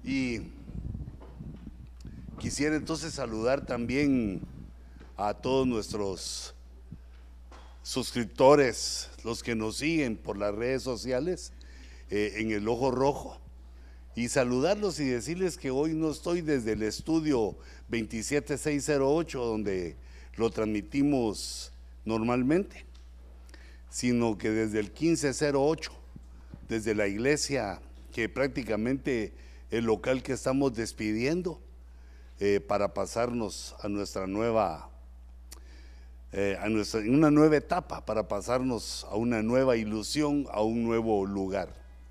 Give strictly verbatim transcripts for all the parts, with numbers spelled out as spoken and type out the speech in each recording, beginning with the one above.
Y quisiera entonces saludar también a todos nuestros suscriptores, los que nos siguen por las redes sociales, eh, en el Ojo Rojo, y saludarlos y decirles que hoy no estoy desde el estudio veintisiete seiscientos ocho, donde lo transmitimos normalmente, sino que desde el quince cero ocho, desde la iglesia, que prácticamente el local que estamos despidiendo, eh, para pasarnos a nuestra nueva Eh, a nuestra, en una nueva etapa, para pasarnos a una nueva ilusión, a un nuevo lugar.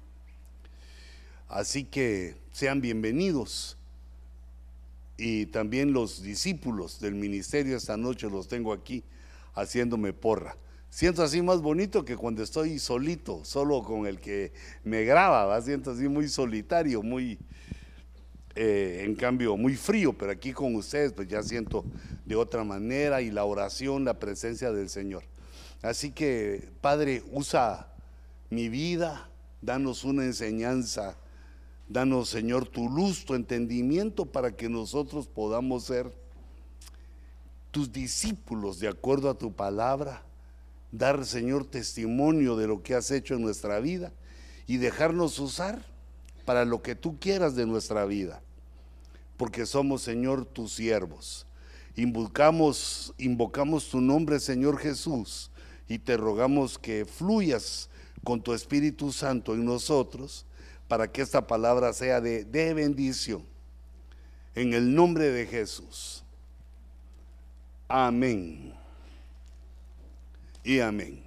Así que sean bienvenidos, y también los discípulos del ministerio esta noche los tengo aquí haciéndome porra. Siento así más bonito que cuando estoy solito, solo con el que me graba, ¿va? Siento así muy solitario, muy... Eh, en cambio muy frío, pero aquí con ustedes pues ya siento de otra manera, y la oración, la presencia del Señor. Así que, Padre, usa mi vida, danos una enseñanza, danos, Señor, tu luz, tu entendimiento, para que nosotros podamos ser tus discípulos de acuerdo a tu palabra, dar, Señor, testimonio de lo que has hecho en nuestra vida y dejarnos usar para lo que tú quieras de nuestra vida, porque somos, Señor, tus siervos. Invocamos, invocamos tu nombre, Señor Jesús, y te rogamos que fluyas con tu Espíritu Santo en nosotros, para que esta palabra sea de, de bendición, en el nombre de Jesús. Amén y amén.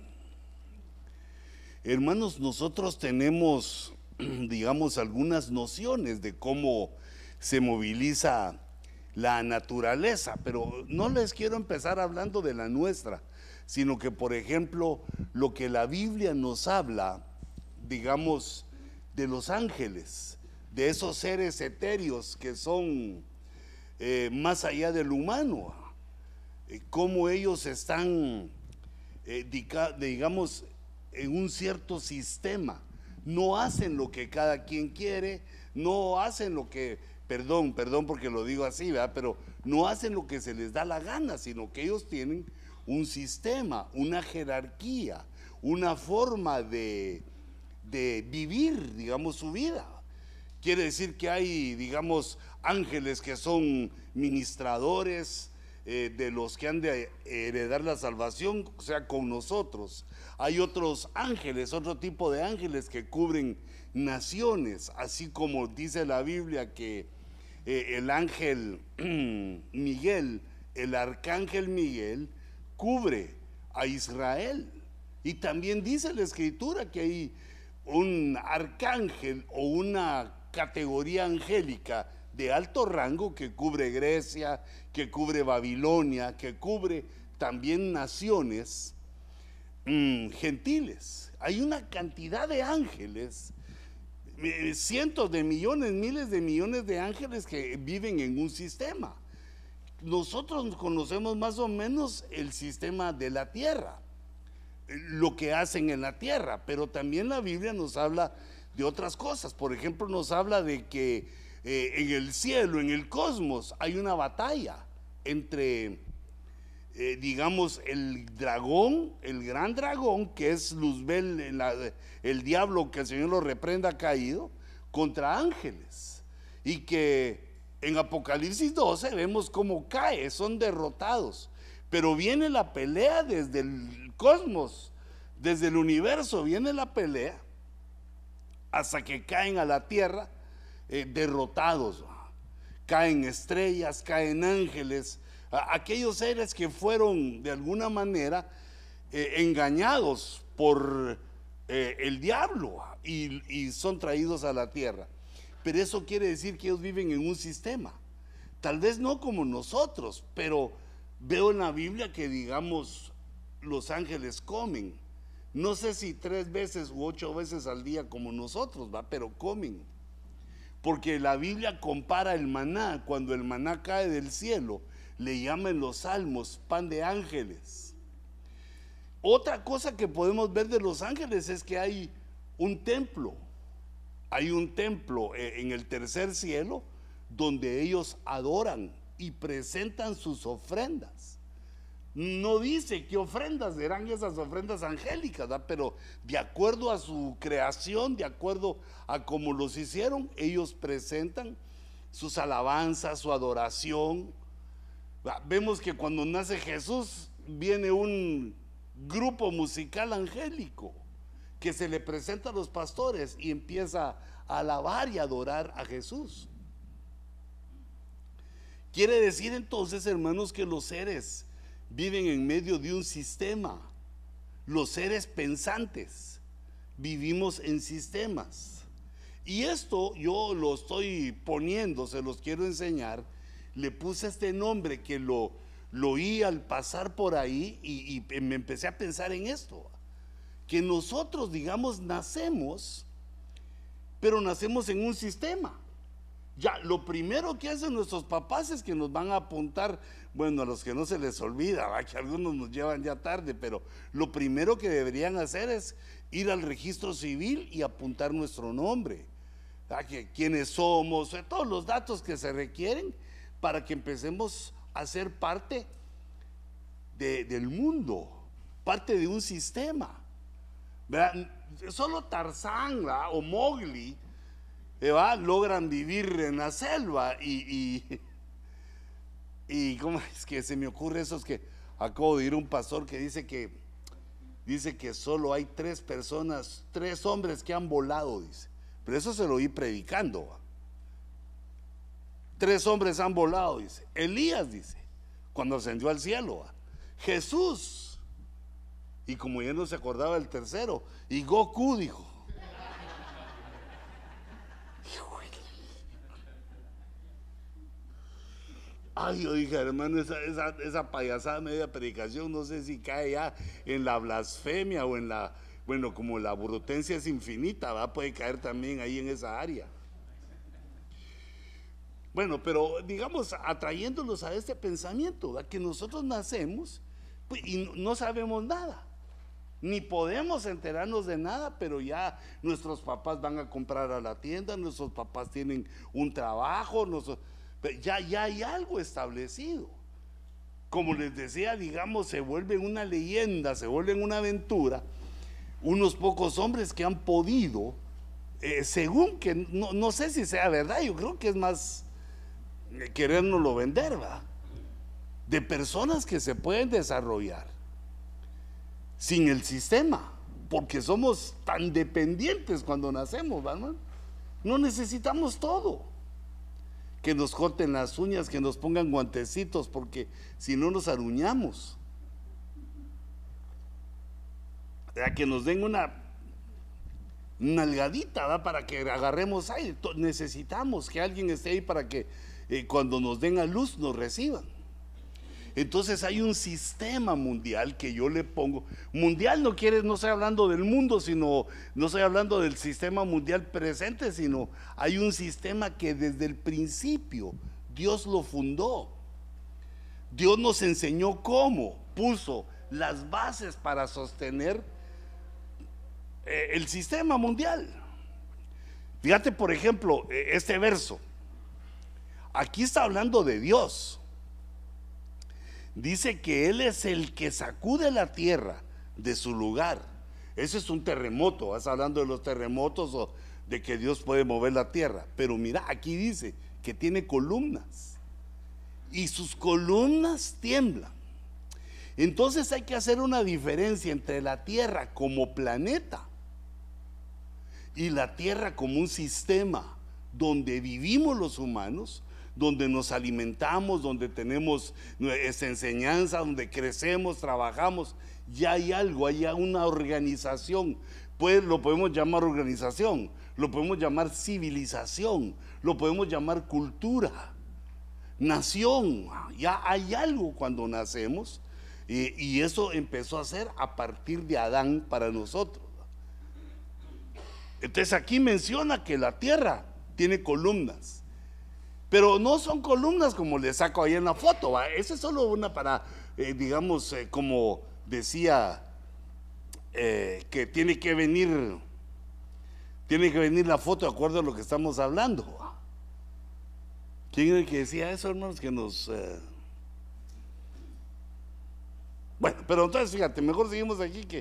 Hermanos, nosotros tenemos, digamos, algunas nociones de cómo se moviliza la naturaleza, pero no les quiero empezar hablando de la nuestra, sino que, por ejemplo, lo que la Biblia nos habla, digamos, de los ángeles, de esos seres etéreos que son eh, más allá del humano, eh, cómo ellos están, eh, digamos, en un cierto sistema. No hacen lo que cada quien quiere, no hacen lo que, perdón, perdón porque lo digo así, ¿verdad? Pero no hacen lo que se les da la gana, sino que ellos tienen un sistema, una jerarquía, una forma de, de vivir, digamos, su vida. Quiere decir que hay, digamos, ángeles que son ministradores eh, de los que han de heredar la salvación, o sea, con nosotros. Hay otros ángeles, otro tipo de ángeles que cubren naciones, así como dice la Biblia que eh, el ángel Miguel, el arcángel Miguel, cubre a Israel. Y también dice la Escritura que hay un arcángel o una categoría angélica de alto rango que cubre Grecia, que cubre Babilonia, que cubre también naciones Mm, gentiles. Hay una cantidad de ángeles, cientos de millones, miles de millones de ángeles que viven en un sistema. Nosotros conocemos más o menos el sistema de la tierra, lo que hacen en la tierra, pero también la Biblia nos habla de otras cosas. Por ejemplo, nos habla de que eh, en el cielo, en el cosmos, hay una batalla entre Eh, digamos, el dragón, el gran dragón, que es Luzbel, el, el diablo, que el Señor lo reprenda, ha caído, contra ángeles, y que en Apocalipsis doce vemos cómo cae, son derrotados, pero viene la pelea desde el cosmos, desde el universo, viene la pelea hasta que caen a la tierra eh, derrotados. Caen estrellas, caen ángeles, aquellos seres que fueron de alguna manera eh, engañados por eh, el diablo y, y son traídos a la tierra. Pero eso quiere decir que ellos viven en un sistema, tal vez no como nosotros, pero veo en la Biblia que, digamos, los ángeles comen, no sé si tres veces u ocho veces al día como nosotros, ¿va? Pero comen, porque la Biblia compara el maná, cuando el maná cae del cielo, le llaman los salmos pan de ángeles. Otra cosa que podemos ver de los ángeles es que hay un templo, hay un templo eh, en el tercer cielo donde ellos adoran y presentan sus ofrendas. No dice qué ofrendas eran esas ofrendas angélicas, ¿verdad? Pero de acuerdo a su creación, de acuerdo a cómo los hicieron, ellos presentan sus alabanzas, su adoración. Vemos que cuando nace Jesús viene un grupo musical angélico que se le presenta a los pastores y empieza a alabar y adorar a Jesús. Quiere decir entonces, hermanos, que los seres viven en medio de un sistema. Los seres pensantes vivimos en sistemas. Y esto yo lo estoy poniendo, se los quiero enseñar. Le puse este nombre que lo, lo oí al pasar por ahí y, y me empecé a pensar en esto. Que nosotros, digamos, nacemos, pero nacemos en un sistema. Ya, lo primero que hacen nuestros papás es que nos van a apuntar, bueno, a los que no se les olvida, ¿va? Que algunos nos llevan ya tarde, pero lo primero que deberían hacer es ir al registro civil y apuntar nuestro nombre, ¿va? Que quiénes somos, todos los datos que se requieren para que empecemos a ser parte de, del mundo, parte de un sistema, ¿verdad? Solo Tarzán, ¿verdad? O Mowgli, ¿va? Logran vivir en la selva y, y, y ¿cómo es que se me ocurre esos que acabo de ir un pastor que dice que dice que solo hay tres personas, tres hombres que han volado, dice, pero eso se lo oí predicando, ¿va? Tres hombres han volado, dice. Elías, dice, cuando ascendió al cielo, ¿va? Jesús, y como ya no se acordaba el tercero, y Goku, dijo. Ay, yo dije, hermano, esa, esa, esa payasada media predicación, no sé si cae ya en la blasfemia o en la, bueno, como la brutencia es infinita, ¿va? Puede caer también ahí en esa área. Bueno, pero digamos, atrayéndolos a este pensamiento, ¿va? Que nosotros nacemos pues, y no sabemos nada, ni podemos enterarnos de nada, pero ya nuestros papás van a comprar a la tienda, nuestros papás tienen un trabajo, nosotros, Ya, ya hay algo establecido. Como les decía, digamos, se vuelve una leyenda, se vuelve una aventura. Unos pocos hombres que han podido, eh, según que, no, no sé si sea verdad, yo creo que es más eh, querérnoslo vender, ¿va? De personas que se pueden desarrollar sin el sistema, porque somos tan dependientes cuando nacemos, ¿va, hermano? No necesitamos todo. Que nos corten las uñas, que nos pongan guantecitos, porque si no nos aruñamos. Que nos den una nalgadita, ¿va? Para que agarremos aire. Necesitamos que alguien esté ahí para que eh, cuando nos den a luz nos reciban. Entonces hay un sistema mundial que yo le pongo. Mundial no quiere, no estoy hablando del mundo, sino, no estoy hablando del sistema mundial presente, sino hay un sistema que desde el principio Dios lo fundó. Dios nos enseñó cómo, puso las bases para sostener eh, el sistema mundial. Fíjate, por ejemplo, este verso. Aquí está hablando de Dios. Dice que Él es el que sacude la tierra de su lugar. Ese es un terremoto. Vas hablando de los terremotos o de que Dios puede mover la tierra. Pero mira, aquí dice que tiene columnas y sus columnas tiemblan. Entonces hay que hacer una diferencia entre la tierra como planeta y la tierra como un sistema donde vivimos los humanos, donde nos alimentamos, donde tenemos esa enseñanza, donde crecemos, trabajamos. Ya hay algo, hay una organización. Pues lo podemos llamar organización, lo podemos llamar civilización, lo podemos llamar cultura, nación. Ya hay algo cuando nacemos, y, y eso empezó a ser a partir de Adán para nosotros. Entonces aquí menciona que la tierra tiene columnas, pero no son columnas como le saco ahí en la foto, ¿va? Esa es solo una para, eh, digamos, eh, como decía, eh, que tiene que venir Tiene que venir la foto de acuerdo a lo que estamos hablando. ¿Quién era el que decía eso, hermanos? Que nos... Eh... Bueno, pero entonces fíjate, mejor seguimos aquí que...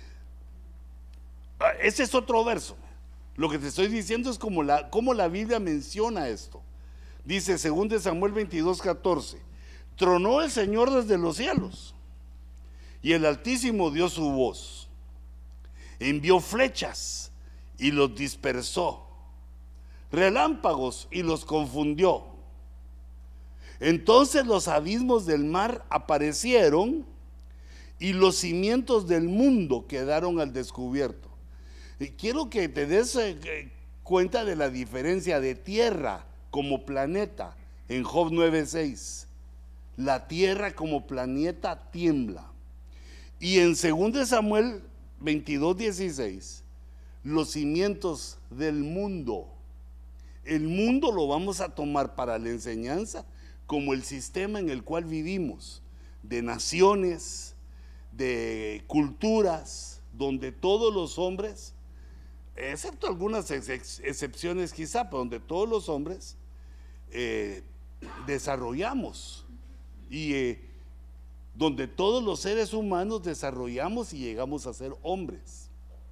Ese es otro verso. Lo que te estoy diciendo es como la, como la Biblia menciona esto. Dice según de Samuel veintidós, catorce: tronó el Señor desde los cielos, y el Altísimo dio su voz, envió flechas y los dispersó, relámpagos y los confundió. Entonces los abismos del mar aparecieron y los cimientos del mundo quedaron al descubierto. Y quiero que te des cuenta de la diferencia de tierra como planeta en Job nueve seis. La tierra como planeta tiembla. Y en segundo de Samuel veintidós dieciséis, los cimientos del mundo. El mundo lo vamos a tomar para la enseñanza como el sistema en el cual vivimos, de naciones, de culturas, donde todos los hombres, excepto algunas ex excepciones quizá, pero donde todos los hombres eh, desarrollamos y eh, donde todos los seres humanos desarrollamos y llegamos a ser hombres.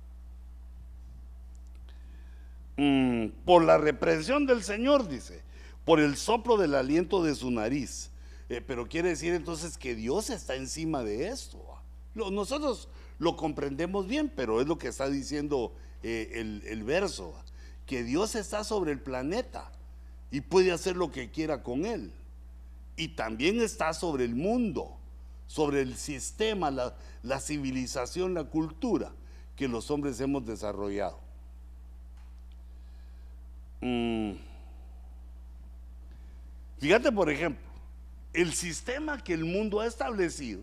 Mm, por la reprensión del Señor, dice, por el soplo del aliento de su nariz. Eh, pero quiere decir entonces que Dios está encima de esto. Lo, nosotros lo comprendemos bien, pero es lo que está diciendo eh, el, el verso, que Dios está sobre el planeta y puede hacer lo que quiera con él. Y también está sobre el mundo, sobre el sistema, la, la civilización, la cultura que los hombres hemos desarrollado. Mm. Fíjate, por ejemplo, el sistema que el mundo ha establecido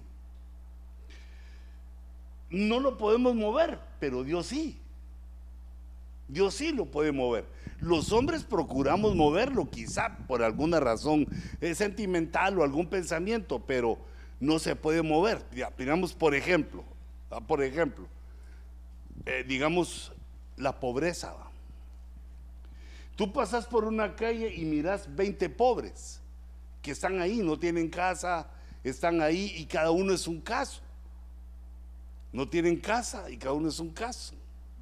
no lo podemos mover, pero Dios sí. Dios sí lo puede mover. Los hombres procuramos moverlo, quizá por alguna razón eh, sentimental o algún pensamiento, pero no se puede mover. Ya, digamos, por ejemplo, por ejemplo, eh, digamos, la pobreza. ¿va? Tú pasas por una calle y miras veinte pobres que están ahí, no tienen casa, están ahí y cada uno es un caso. No tienen casa y cada uno es un caso.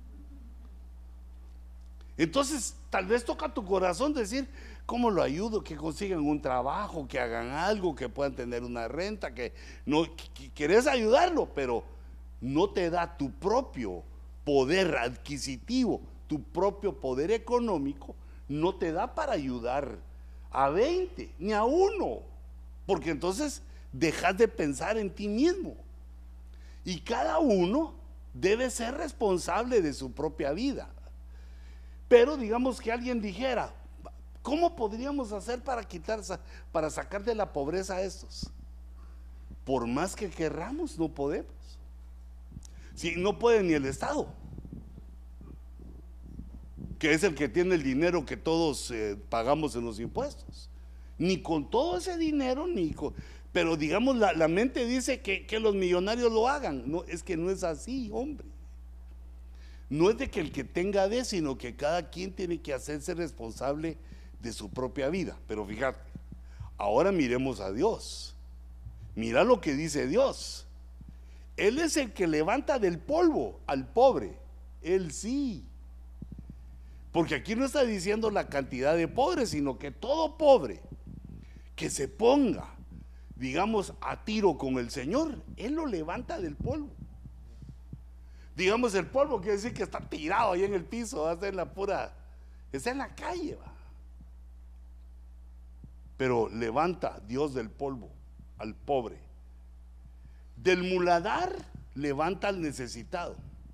Entonces, tal vez toca tu corazón decir, ¿cómo lo ayudo? Que consigan un trabajo, que hagan algo, que puedan tener una renta, que no que querés ayudarlo, pero no te da tu propio poder adquisitivo, tu propio poder económico, no te da para ayudar a veinte, ni a uno, porque entonces dejas de pensar en ti mismo. Y cada uno debe ser responsable de su propia vida. Pero digamos que alguien dijera, ¿cómo podríamos hacer para quitar, para sacar de la pobreza a estos? Por más que querramos, no podemos. Si no puede ni el Estado, que es el que tiene el dinero que todos eh, pagamos en los impuestos. Ni con todo ese dinero, ni con... Pero digamos, la, la mente dice que, que los millonarios lo hagan. No, es que no es así, hombre. No es de que el que tenga de, sino que cada quien tiene que hacerse responsable de su propia vida. Pero fíjate, ahora miremos a Dios. Mira lo que dice Dios. Él es el que levanta del polvo al pobre. Él sí. Porque aquí no está diciendo la cantidad de pobres, sino que todo pobre que se ponga, digamos, a tiro con el Señor, Él lo levanta del polvo. Digamos, el polvo quiere decir que está tirado ahí en el piso, va a ser la pura, está en la calle, va. Pero levanta Dios del polvo al pobre. Del muladar levanta al necesitado.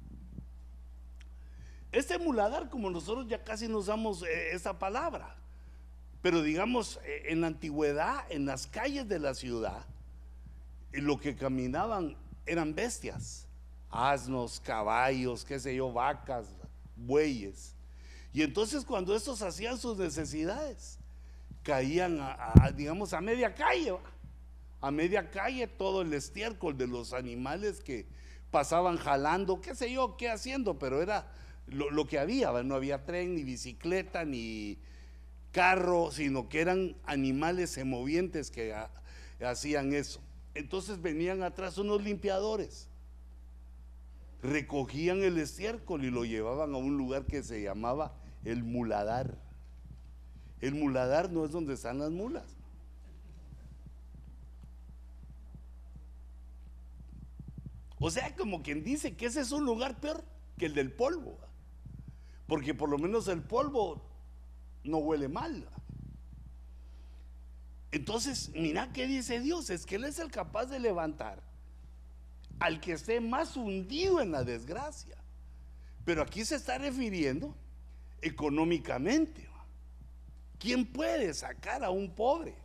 Este muladar, como nosotros ya casi no usamos eh, esa palabra, pero digamos, eh, en la antigüedad, en las calles de la ciudad, eh, lo que caminaban eran bestias, asnos, caballos, qué sé yo, vacas, bueyes. Y entonces cuando estos hacían sus necesidades, caían a, a, digamos, a media calle, ¿va? A media calle todo el estiércol de los animales que pasaban jalando, qué sé yo, qué haciendo, pero era lo, lo que había, ¿va? No había tren, ni bicicleta, ni carro, sino que eran animales semovientes que a, hacían eso. Entonces venían atrás unos limpiadores, recogían el estiércol y lo llevaban a un lugar que se llamaba el muladar. El muladar no es donde están las mulas. O sea, como quien dice que ese es un lugar peor que el del polvo, porque por lo menos el polvo no huele mal. Entonces, mira qué dice Dios, es que Él es el capaz de levantar al que esté más hundido en la desgracia. Pero aquí se está refiriendo económicamente. ¿Quién puede sacar a un pobre?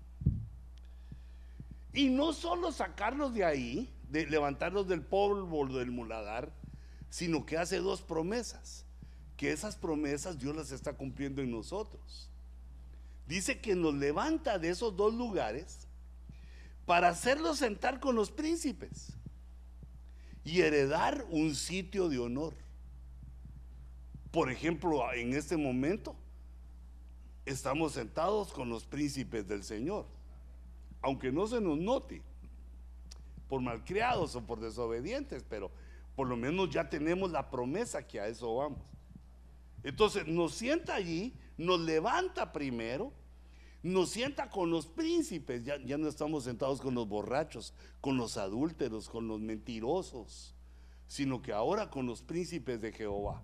Y no solo sacarlos de ahí, de levantarlos del polvo, del muladar, sino que hace dos promesas, que esas promesas Dios las está cumpliendo en nosotros. Dice que nos levanta de esos dos lugares para hacerlos sentar con los príncipes y heredar un sitio de honor. Por ejemplo, en este momento estamos sentados con los príncipes del Señor, aunque no se nos note por malcriados o por desobedientes, pero por lo menos ya tenemos la promesa que a eso vamos. Entonces nos sienta allí, nos levanta primero, nos sienta con los príncipes. Ya, ya no estamos sentados con los borrachos, con los adúlteros, con los mentirosos, sino que ahora con los príncipes de Jehová,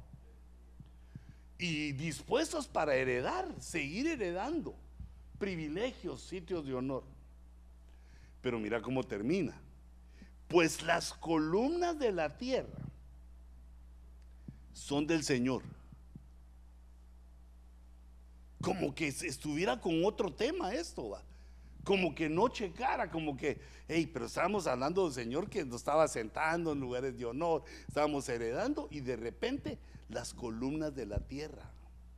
y dispuestos para heredar, seguir heredando privilegios, sitios de honor. Pero mira cómo termina: pues las columnas de la tierra son del Señor. Como que estuviera con otro tema esto, ¿va? Como que no checara, como que, hey, pero estábamos hablando del Señor que nos estaba sentando en lugares de honor, estábamos heredando, y de repente las columnas de la tierra.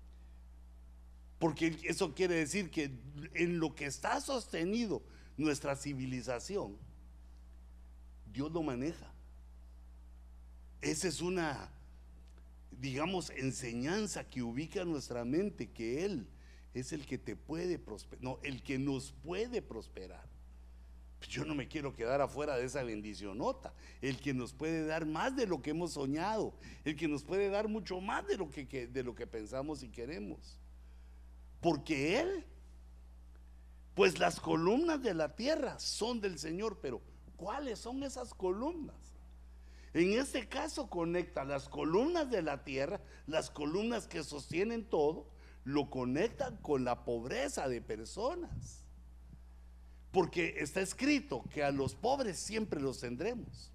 Porque eso quiere decir que en lo que está sostenido nuestra civilización, Dios lo maneja. Esa es una, digamos, enseñanza que ubica nuestra mente, que Él es el que te puede prosperar, no, el que nos puede prosperar. Yo no me quiero quedar afuera de esa bendicionota. El que nos puede dar más de lo que hemos soñado, el que nos puede dar mucho más de lo que, que, de lo que pensamos y queremos. Porque Él, pues las columnas de la tierra son del Señor. Pero ¿cuáles son esas columnas? En este caso conecta las columnas de la tierra, las columnas que sostienen todo, lo conectan con la pobreza de personas. Porque está escrito que a los pobres siempre los tendremos.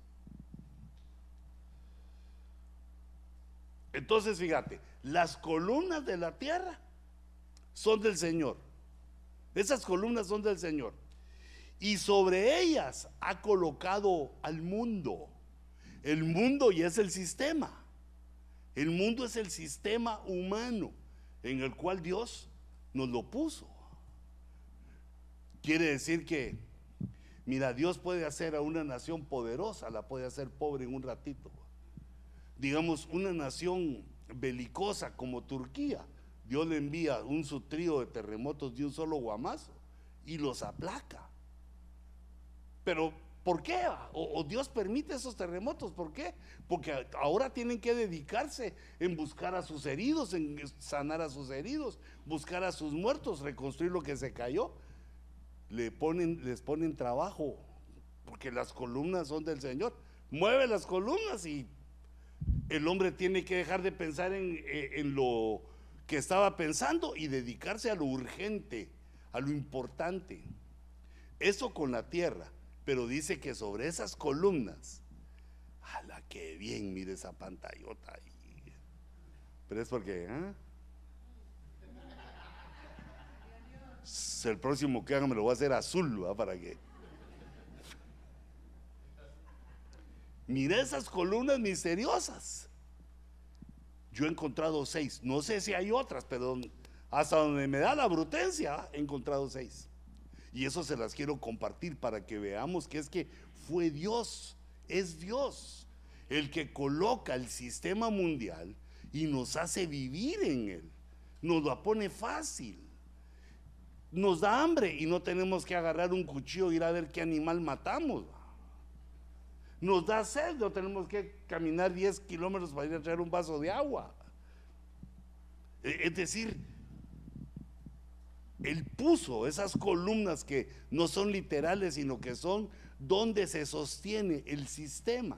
Entonces fíjate, las columnas de la tierra son del Señor. Esas columnas son del Señor. Y sobre ellas ha colocado al mundo. El mundo ya es el sistema. El mundo es el sistema humano en el cual Dios nos lo puso. Quiere decir que, mira, Dios puede hacer a una nación poderosa, la puede hacer pobre en un ratito. Digamos, una nación belicosa como Turquía, Dios le envía un sutrío de terremotos de un solo guamazo y los aplaca. Pero ¿por qué? O, o Dios permite esos terremotos. ¿Por qué? Porque ahora tienen que dedicarse en buscar a sus heridos, en sanar a sus heridos, buscar a sus muertos, reconstruir lo que se cayó. Le ponen, les ponen trabajo, porque las columnas son del Señor. Mueve las columnas y el hombre tiene que dejar de pensar en, en lo que estaba pensando y dedicarse a lo urgente, a lo importante. Eso con la tierra. Pero dice que sobre esas columnas, ¡ala, qué bien! Mire esa pantallota ahí. Pero es porque, ¿eh? El próximo que haga me lo voy a hacer azul, ¿va? Para que mire esas columnas misteriosas. Yo he encontrado seis, no sé si hay otras, pero hasta donde me da la brutencia he encontrado seis. Y eso se las quiero compartir para que veamos que es que fue Dios, es Dios el que coloca el sistema mundial y nos hace vivir en él, nos la pone fácil. Nos da hambre y no tenemos que agarrar un cuchillo e ir a ver qué animal matamos. Nos da sed, no tenemos que caminar diez kilómetros para ir a traer un vaso de agua. Es decir, Él puso esas columnas que no son literales, sino que son donde se sostiene el sistema.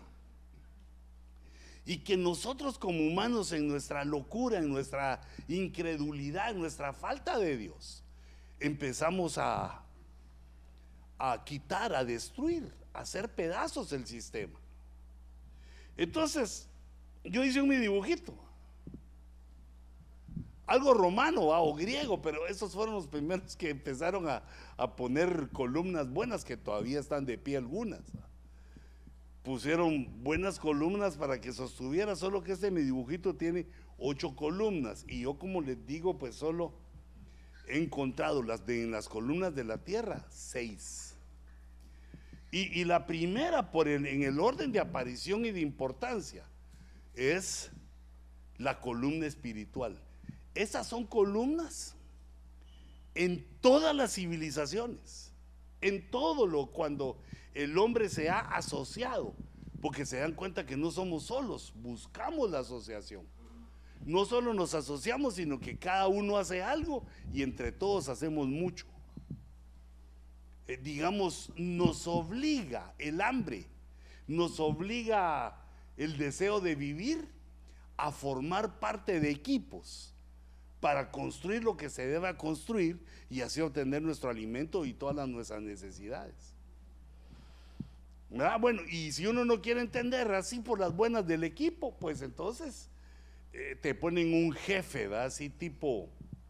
Y que nosotros como humanos, en nuestra locura, en nuestra incredulidad, en nuestra falta de Dios, empezamos a, a quitar, a destruir, a hacer pedazos el sistema. Entonces, yo hice un mi dibujito, algo romano, ¿va? O griego, pero esos fueron los primeros que empezaron a, a poner columnas buenas, que todavía están de pie algunas. Pusieron buenas columnas para que sostuviera, solo que este mi dibujito tiene ocho columnas, y yo, como les digo, pues solo he encontrado las de, en las columnas de la tierra, seis. Y, y la primera, por el, en el orden de aparición y de importancia, es la columna espiritual. Esas son columnas en todas las civilizaciones, en todo lo cuando el hombre se ha asociado, porque se dan cuenta que no somos solos, buscamos la asociación. No solo nos asociamos, sino que cada uno hace algo y entre todos hacemos mucho. Eh, digamos, nos obliga el hambre, nos obliga el deseo de vivir a formar parte de equipos para construir lo que se deba construir y así obtener nuestro alimento y todas las, nuestras necesidades. ¿Verdad? Bueno, y si uno no quiere entender así por las buenas del equipo, pues entonces eh, te ponen un jefe, ¿verdad? Así tipo,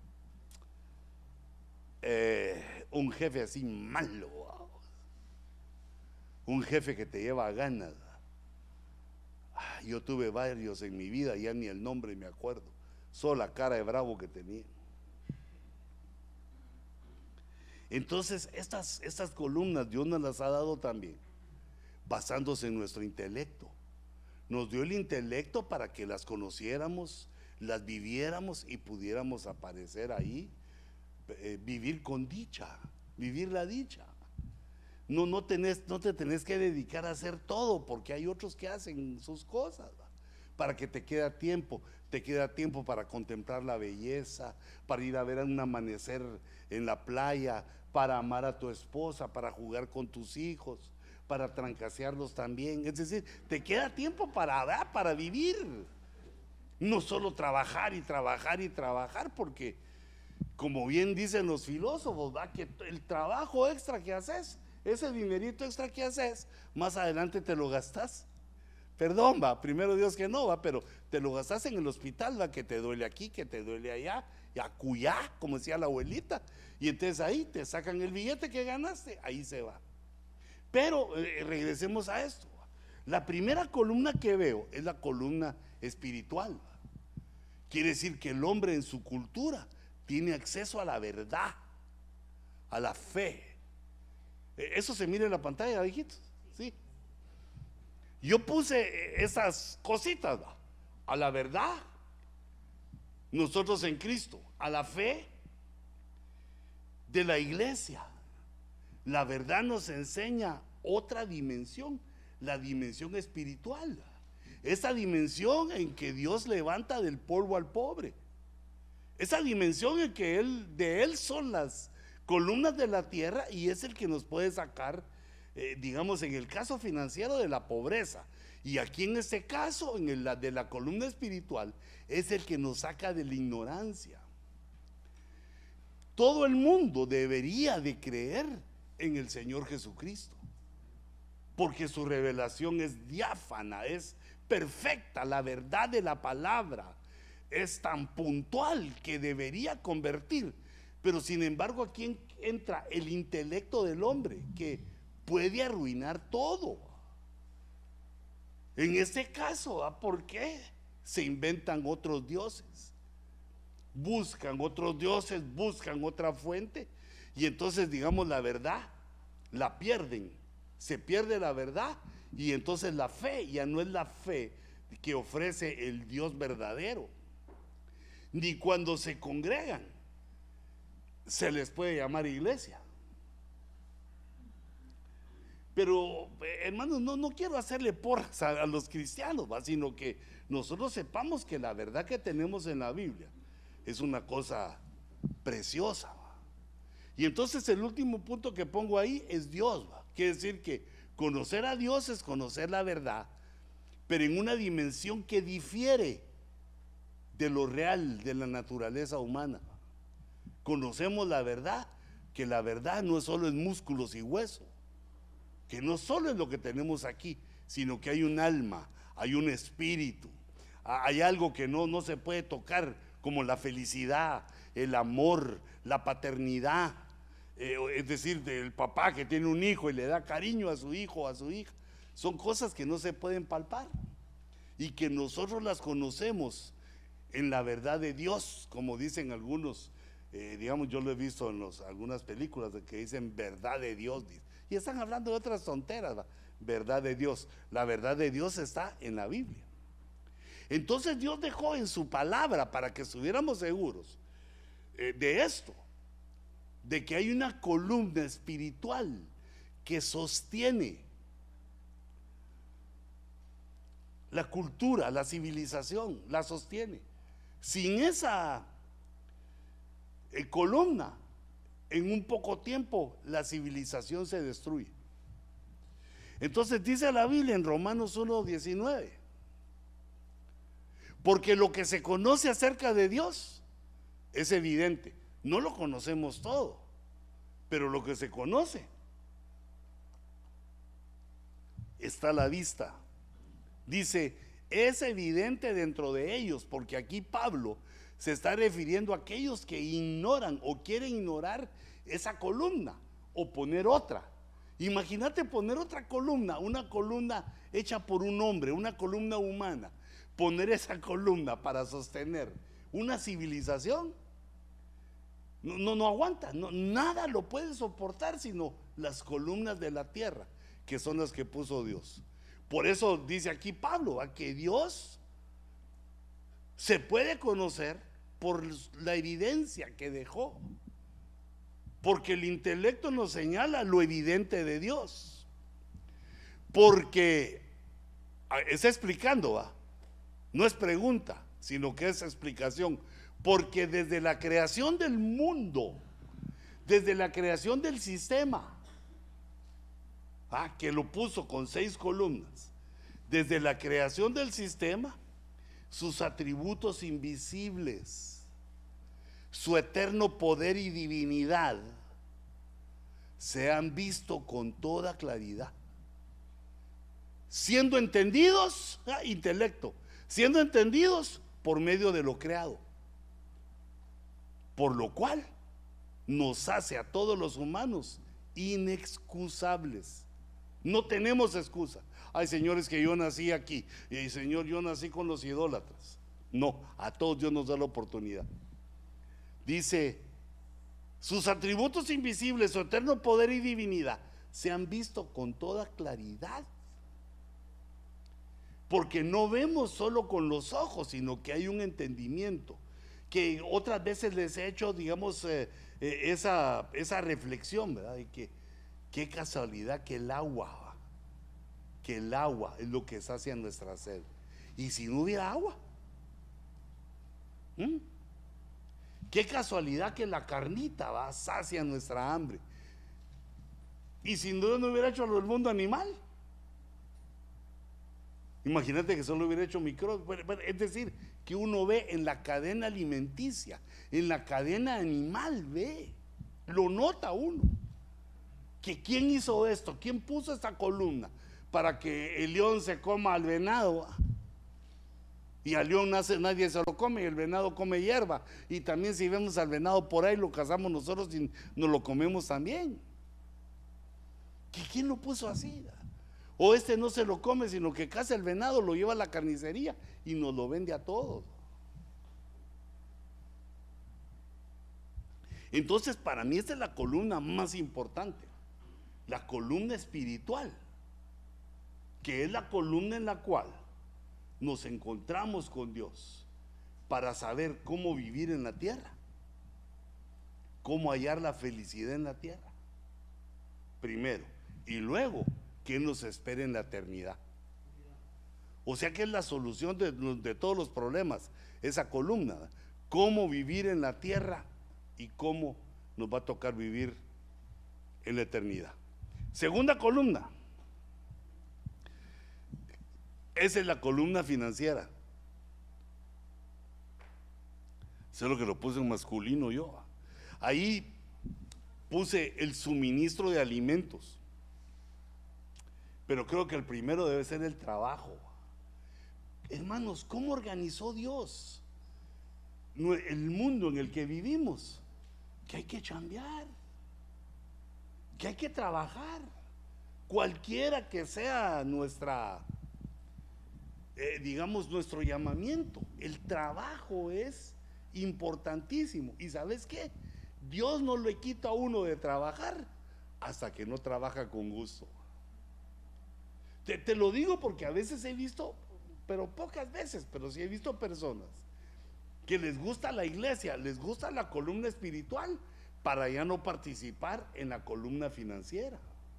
eh, un jefe así malo, ¿verdad? Un jefe que te lleva a ganas. Ah, yo tuve varios en mi vida, ya ni el nombre me acuerdo, solo la cara de bravo que tenía. Entonces estas, estas columnas Dios nos las ha dado también basándose en nuestro intelecto. Nos dio el intelecto para que las conociéramos, las viviéramos y pudiéramos aparecer ahí, eh, vivir con dicha, vivir la dicha. No, no, tenés, no te tenés que dedicar a hacer todo, porque hay otros que hacen sus cosas, ¿va? Para que te queda tiempo, te queda tiempo para contemplar la belleza, para ir a ver un amanecer en la playa, para amar a tu esposa, para jugar con tus hijos, para trancasearlos también. Es decir, te queda tiempo para, para vivir, no solo trabajar y trabajar y trabajar, porque como bien dicen los filósofos, ¿va? Que el trabajo extra que haces, ese dinerito extra que haces, más adelante te lo gastas. Perdón, va, primero Dios que no, va, pero te lo gastas en el hospital, va, que te duele aquí, que te duele allá, y acuyá, como decía la abuelita, y entonces ahí te sacan el billete que ganaste, ahí se va. Pero eh, regresemos a esto. La primera columna que veo es la columna espiritual. Quiere decir que el hombre en su cultura tiene acceso a la verdad, a la fe. Eso se mira en la pantalla, hijitos, ¿sí? Yo puse esas cositas, ¿va? A la verdad, nosotros en Cristo, a la fe de la iglesia. La verdad nos enseña otra dimensión, la dimensión espiritual, esa dimensión en que Dios levanta del polvo al pobre, esa dimensión en que él, de Él son las columnas de la tierra y es el que nos puede sacar, eh, digamos, en el caso financiero, de la pobreza, y aquí en este caso, en el de la columna espiritual, es el que nos saca de la ignorancia. Todo el mundo debería de creer en el Señor Jesucristo, porque su revelación es diáfana, es perfecta, la verdad de la palabra es tan puntual que debería convertir. Pero sin embargo, aquí entra el intelecto del hombre, que puede arruinar todo. En este caso, ¿ah? ¿Por qué? Se inventan otros dioses, buscan otros dioses, buscan otra fuente, y entonces, digamos, la verdad la pierden, se pierde la verdad, y entonces la fe ya no es la fe, que ofrece el Dios verdadero, ni cuando se congregan se les puede llamar iglesia. Pero, hermanos, no, no quiero hacerle porras a, a los cristianos, ¿va? Sino que nosotros sepamos que la verdad que tenemos en la Biblia es una cosa preciosa, ¿va? Y entonces el último punto que pongo ahí es Dios, ¿va? Quiere decir que conocer a Dios es conocer la verdad, pero en una dimensión que difiere de lo real, de la naturaleza humana. Conocemos la verdad, que la verdad no es solo en músculos y huesos, que no solo es lo que tenemos aquí, sino que hay un alma, hay un espíritu, hay algo que no, no se puede tocar, como la felicidad, el amor, la paternidad, eh, es decir, del papá que tiene un hijo y le da cariño a su hijo o a su hija. Son cosas que no se pueden palpar y que nosotros las conocemos en la verdad de Dios, como dicen algunos, eh, digamos, yo lo he visto en los, algunas películas de que dicen verdad de Dios, y están hablando de otras tonteras, ¿va? Verdad de Dios. La verdad de Dios está en la Biblia. Entonces Dios dejó en su palabra para que estuviéramos seguros eh, de esto, de que hay una columna espiritual que sostiene la cultura, la civilización, la sostiene. Sin esa eh, columna, en un poco tiempo la civilización se destruye. Entonces dice la Biblia en Romanos uno diecinueve, porque lo que se conoce acerca de Dios es evidente. No lo conocemos todo, pero lo que se conoce está a la vista. Dice, es evidente dentro de ellos, porque aquí Pablo se está refiriendo a aquellos que ignoran o quieren ignorar esa columna o poner otra. Imagínate poner otra columna, una columna hecha por un hombre, una columna humana, poner esa columna para sostener una civilización. No, no, no aguanta, no, nada lo puede soportar sino las columnas de la tierra, que son las que puso Dios. Por eso dice aquí Pablo, a que Dios se puede conocer por la evidencia que dejó, porque el intelecto nos señala lo evidente de Dios, porque está explicando, ¿va? No es pregunta, sino que es explicación, porque desde la creación del mundo, desde la creación del sistema, ah, que lo puso con seis columnas, desde la creación del sistema, sus atributos invisibles, su eterno poder y divinidad se han visto con toda claridad, siendo entendidos, ah, intelecto, siendo entendidos por medio de lo creado, por lo cual nos hace a todos los humanos inexcusables. No tenemos excusa. Ay, señores, que yo nací aquí, y Señor, yo nací con los idólatras. No, a todos Dios nos da la oportunidad. Dice, sus atributos invisibles, su eterno poder y divinidad se han visto con toda claridad, porque no vemos solo con los ojos, sino que hay un entendimiento, que otras veces les he hecho, digamos, eh, eh, esa, esa reflexión, ¿verdad? De que qué casualidad que el agua, que el agua es lo que sacia nuestra sed. Y si no hubiera agua, ¿Mm? qué casualidad que la carnita va sacia nuestra hambre. Y sin duda no hubiera hecho el mundo animal. Imagínate que solo hubiera hecho microbios. Es decir, que uno ve en la cadena alimenticia, en la cadena animal, ve, lo nota uno. Que quién hizo esto, quién puso esta columna para que el león se coma al venado, y al león nace, nadie se lo come, y el venado come hierba, y también si vemos al venado por ahí lo cazamos nosotros y nos lo comemos también. ¿Que quién lo puso así? O este no se lo come, sino que caza el venado, lo lleva a la carnicería y nos lo vende a todos. Entonces, para mí esta es la columna más importante, la columna espiritual, que es la columna en la cual nos encontramos con Dios para saber cómo vivir en la tierra, cómo hallar la felicidad en la tierra, primero, y luego, ¿qué nos espera en la eternidad? O sea que es la solución de, de todos los problemas, esa columna, cómo vivir en la tierra y cómo nos va a tocar vivir en la eternidad. Segunda columna, esa es la columna financiera. Sé lo que lo puse en masculino yo. Ahí puse el suministro de alimentos, pero creo que el primero debe ser el trabajo. Hermanos, ¿cómo organizó Dios el mundo en el que vivimos? Que hay que chambear, que hay que trabajar, cualquiera que sea nuestra, eh, digamos, nuestro llamamiento. El trabajo es importantísimo. ¿Y sabes qué? Dios no le quita a uno de trabajar hasta que no trabaja con gusto. Te, te lo digo porque a veces he visto, pero pocas veces, pero sí he visto personas que les gusta la iglesia, les gusta la columna espiritual, para ya no participar en la columna financiera.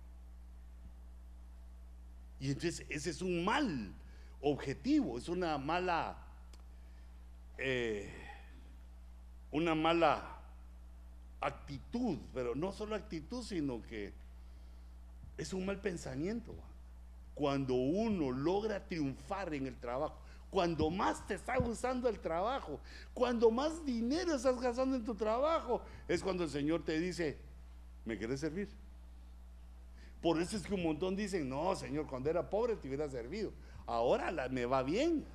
Y entonces ese es un mal objetivo, es una mala, eh, una mala actitud, pero no solo actitud, sino que es un mal pensamiento. Cuando uno logra triunfar en el trabajo, cuando más te está gustando el trabajo, cuando más dinero estás gastando en tu trabajo, es cuando el Señor te dice: ¿me quieres servir? Por eso es que un montón dicen: no, Señor, cuando era pobre te hubiera servido, ahora la, me va bien.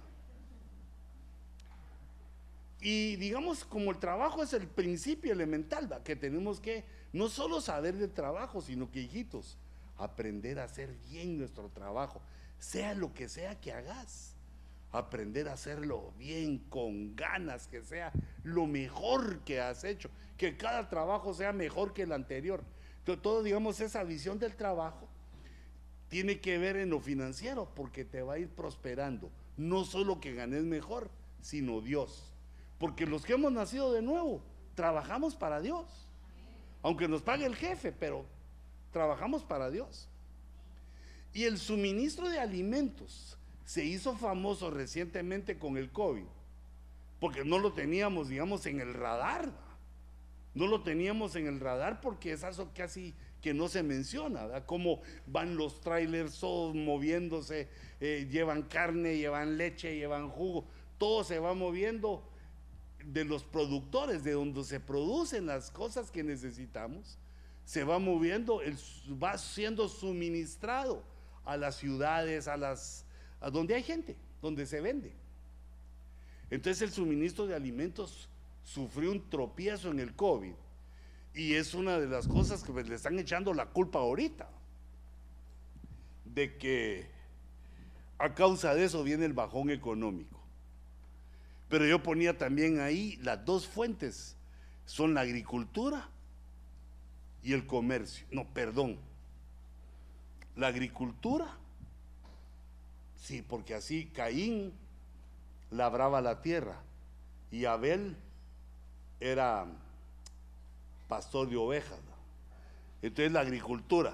Y digamos, como el trabajo es el principio elemental, ¿va?, que tenemos que no solo saber del trabajo, sino que, hijitos, aprender a hacer bien nuestro trabajo, sea lo que sea que hagas, aprender a hacerlo bien, con ganas, que sea lo mejor que has hecho, que cada trabajo sea mejor que el anterior. Entonces, todo, digamos, esa visión del trabajo tiene que ver en lo financiero, porque te va a ir prosperando, no solo que ganes mejor, sino Dios. Porque los que hemos nacido de nuevo, trabajamos para Dios, aunque nos pague el jefe, pero trabajamos para Dios. Y el suministro de alimentos se hizo famoso recientemente con el COVID, porque no lo teníamos, digamos, en el radar. No lo teníamos en el radar porque es eso casi que no se menciona, ¿verdad? Cómo van los trailers todos moviéndose, eh, llevan carne, llevan leche, llevan jugo, todo se va moviendo de los productores, de donde se producen las cosas que necesitamos, se va moviendo, el, va siendo suministrado a las ciudades, a las, a donde hay gente, donde se vende. Entonces el suministro de alimentos sufrió un tropiezo en el COVID, y es una de las cosas que le están echando la culpa ahorita, de que a causa de eso viene el bajón económico. Pero yo ponía también ahí las dos fuentes, son la agricultura y el comercio. No, perdón, la agricultura, sí, porque así Caín labraba la tierra y Abel era pastor de ovejas. Entonces la agricultura,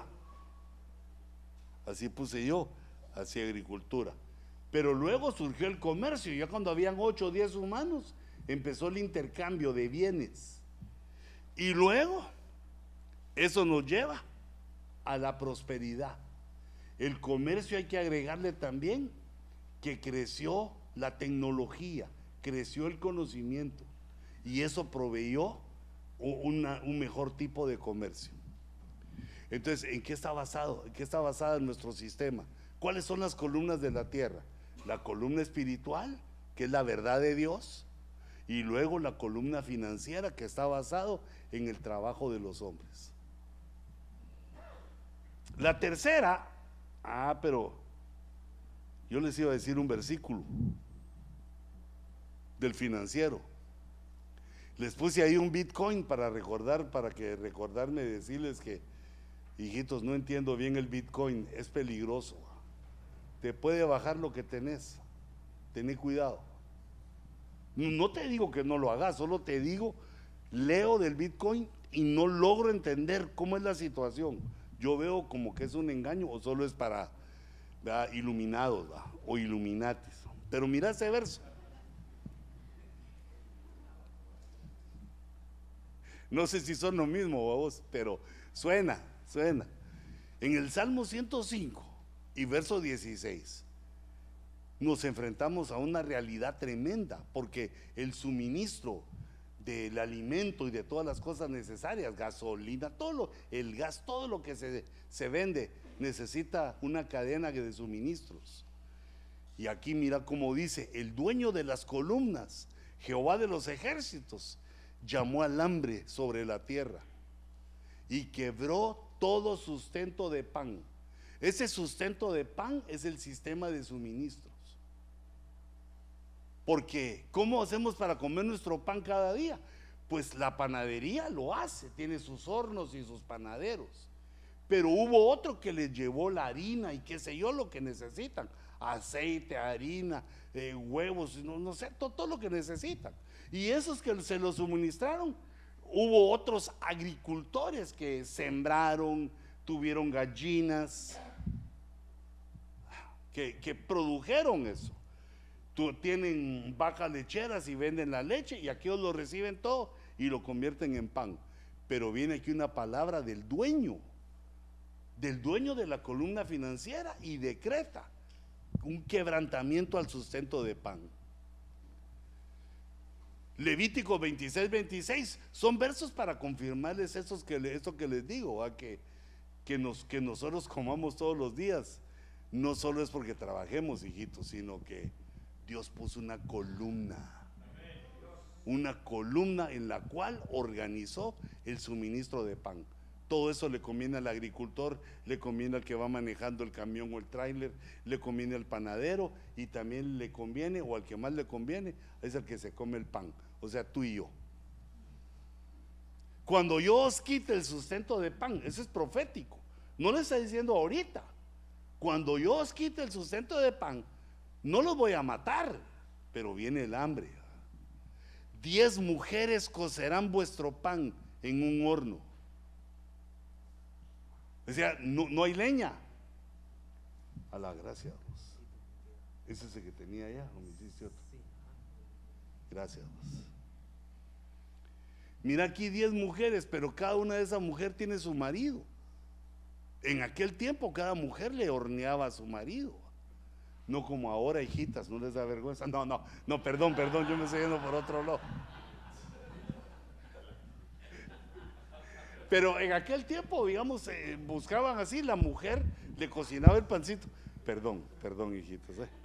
así puse yo, así agricultura. Pero luego surgió el comercio, ya cuando habían ocho o diez humanos, empezó el intercambio de bienes. Y luego, eso nos lleva a la prosperidad. El comercio, hay que agregarle también que creció la tecnología, creció el conocimiento, y eso proveyó una, un mejor tipo de comercio. Entonces, ¿en qué está basado? ¿En qué está basado nuestro sistema? ¿Cuáles son las columnas de la tierra? La columna espiritual, que es la verdad de Dios, y luego la columna financiera, que está basado en el trabajo de los hombres. La tercera, ah, pero yo les iba a decir un versículo del financiero. Les puse ahí un Bitcoin para recordar, para que recordarme, decirles que, hijitos, no entiendo bien el Bitcoin, es peligroso, te puede bajar lo que tenés. Tené cuidado. No te digo que no lo hagas, solo te digo, leo del Bitcoin y no logro entender cómo es la situación. Yo veo como que es un engaño o solo es para, ¿verdad?, iluminados, ¿verdad?, o iluminatis. Pero mira ese verso. No sé si son lo mismo vos, pero suena, suena. En el Salmo ciento cinco y verso dieciséis nos enfrentamos a una realidad tremenda, porque el suministro del alimento y de todas las cosas necesarias, gasolina, todo lo, el gas, todo lo que se, se vende necesita una cadena de suministros. Y aquí mira cómo dice: el dueño de las columnas, Jehová de los ejércitos, llamó al hambre sobre la tierra y quebró todo sustento de pan. Ese sustento de pan es el sistema de suministros. Porque ¿cómo hacemos para comer nuestro pan cada día? Pues la panadería lo hace, tiene sus hornos y sus panaderos. Pero hubo otro que les llevó la harina y qué sé yo, lo que necesitan: aceite, harina, eh, huevos, no, no sé, todo, todo lo que necesitan. Y esos que se los suministraron, hubo otros agricultores que sembraron, tuvieron gallinas, que, que produjeron eso. Tú, tienen vacas lecheras y venden la leche, y aquellos lo reciben todo y lo convierten en pan. Pero viene aquí una palabra del dueño, del dueño de la columna financiera, y decreta un quebrantamiento al sustento de pan. Levítico veintiséis, veintiséis son versos para confirmarles esos que, esto que les digo, ¿va? Que, que, nos, que nosotros comamos todos los días no solo es porque trabajemos, hijitos, sino que Dios puso una columna, una columna en la cual organizó el suministro de pan. Todo eso le conviene al agricultor, le conviene al que va manejando el camión o el tráiler, le conviene al panadero, y también le conviene, o al que más le conviene, es el que se come el pan, o sea, tú y yo. Cuando yo os quite el sustento de pan, eso es profético, no le está diciendo ahorita. Cuando yo os quite el sustento de pan, no los voy a matar, pero viene el hambre. Diez mujeres cocerán vuestro pan en un horno. O sea, no, no hay leña. A la gracia, vos. Ese es el que tenía allá, o me hiciste otro. Gracias, vos. Mira aquí diez mujeres, pero cada una de esas mujeres tiene su marido. En aquel tiempo cada mujer le horneaba a su marido. No como ahora, hijitas, no les da vergüenza. No, no, no, perdón, perdón, yo me estoy yendo por otro lado. Pero en aquel tiempo, digamos, eh, buscaban así, la mujer le cocinaba el pancito. Perdón, perdón, hijitos. Eh.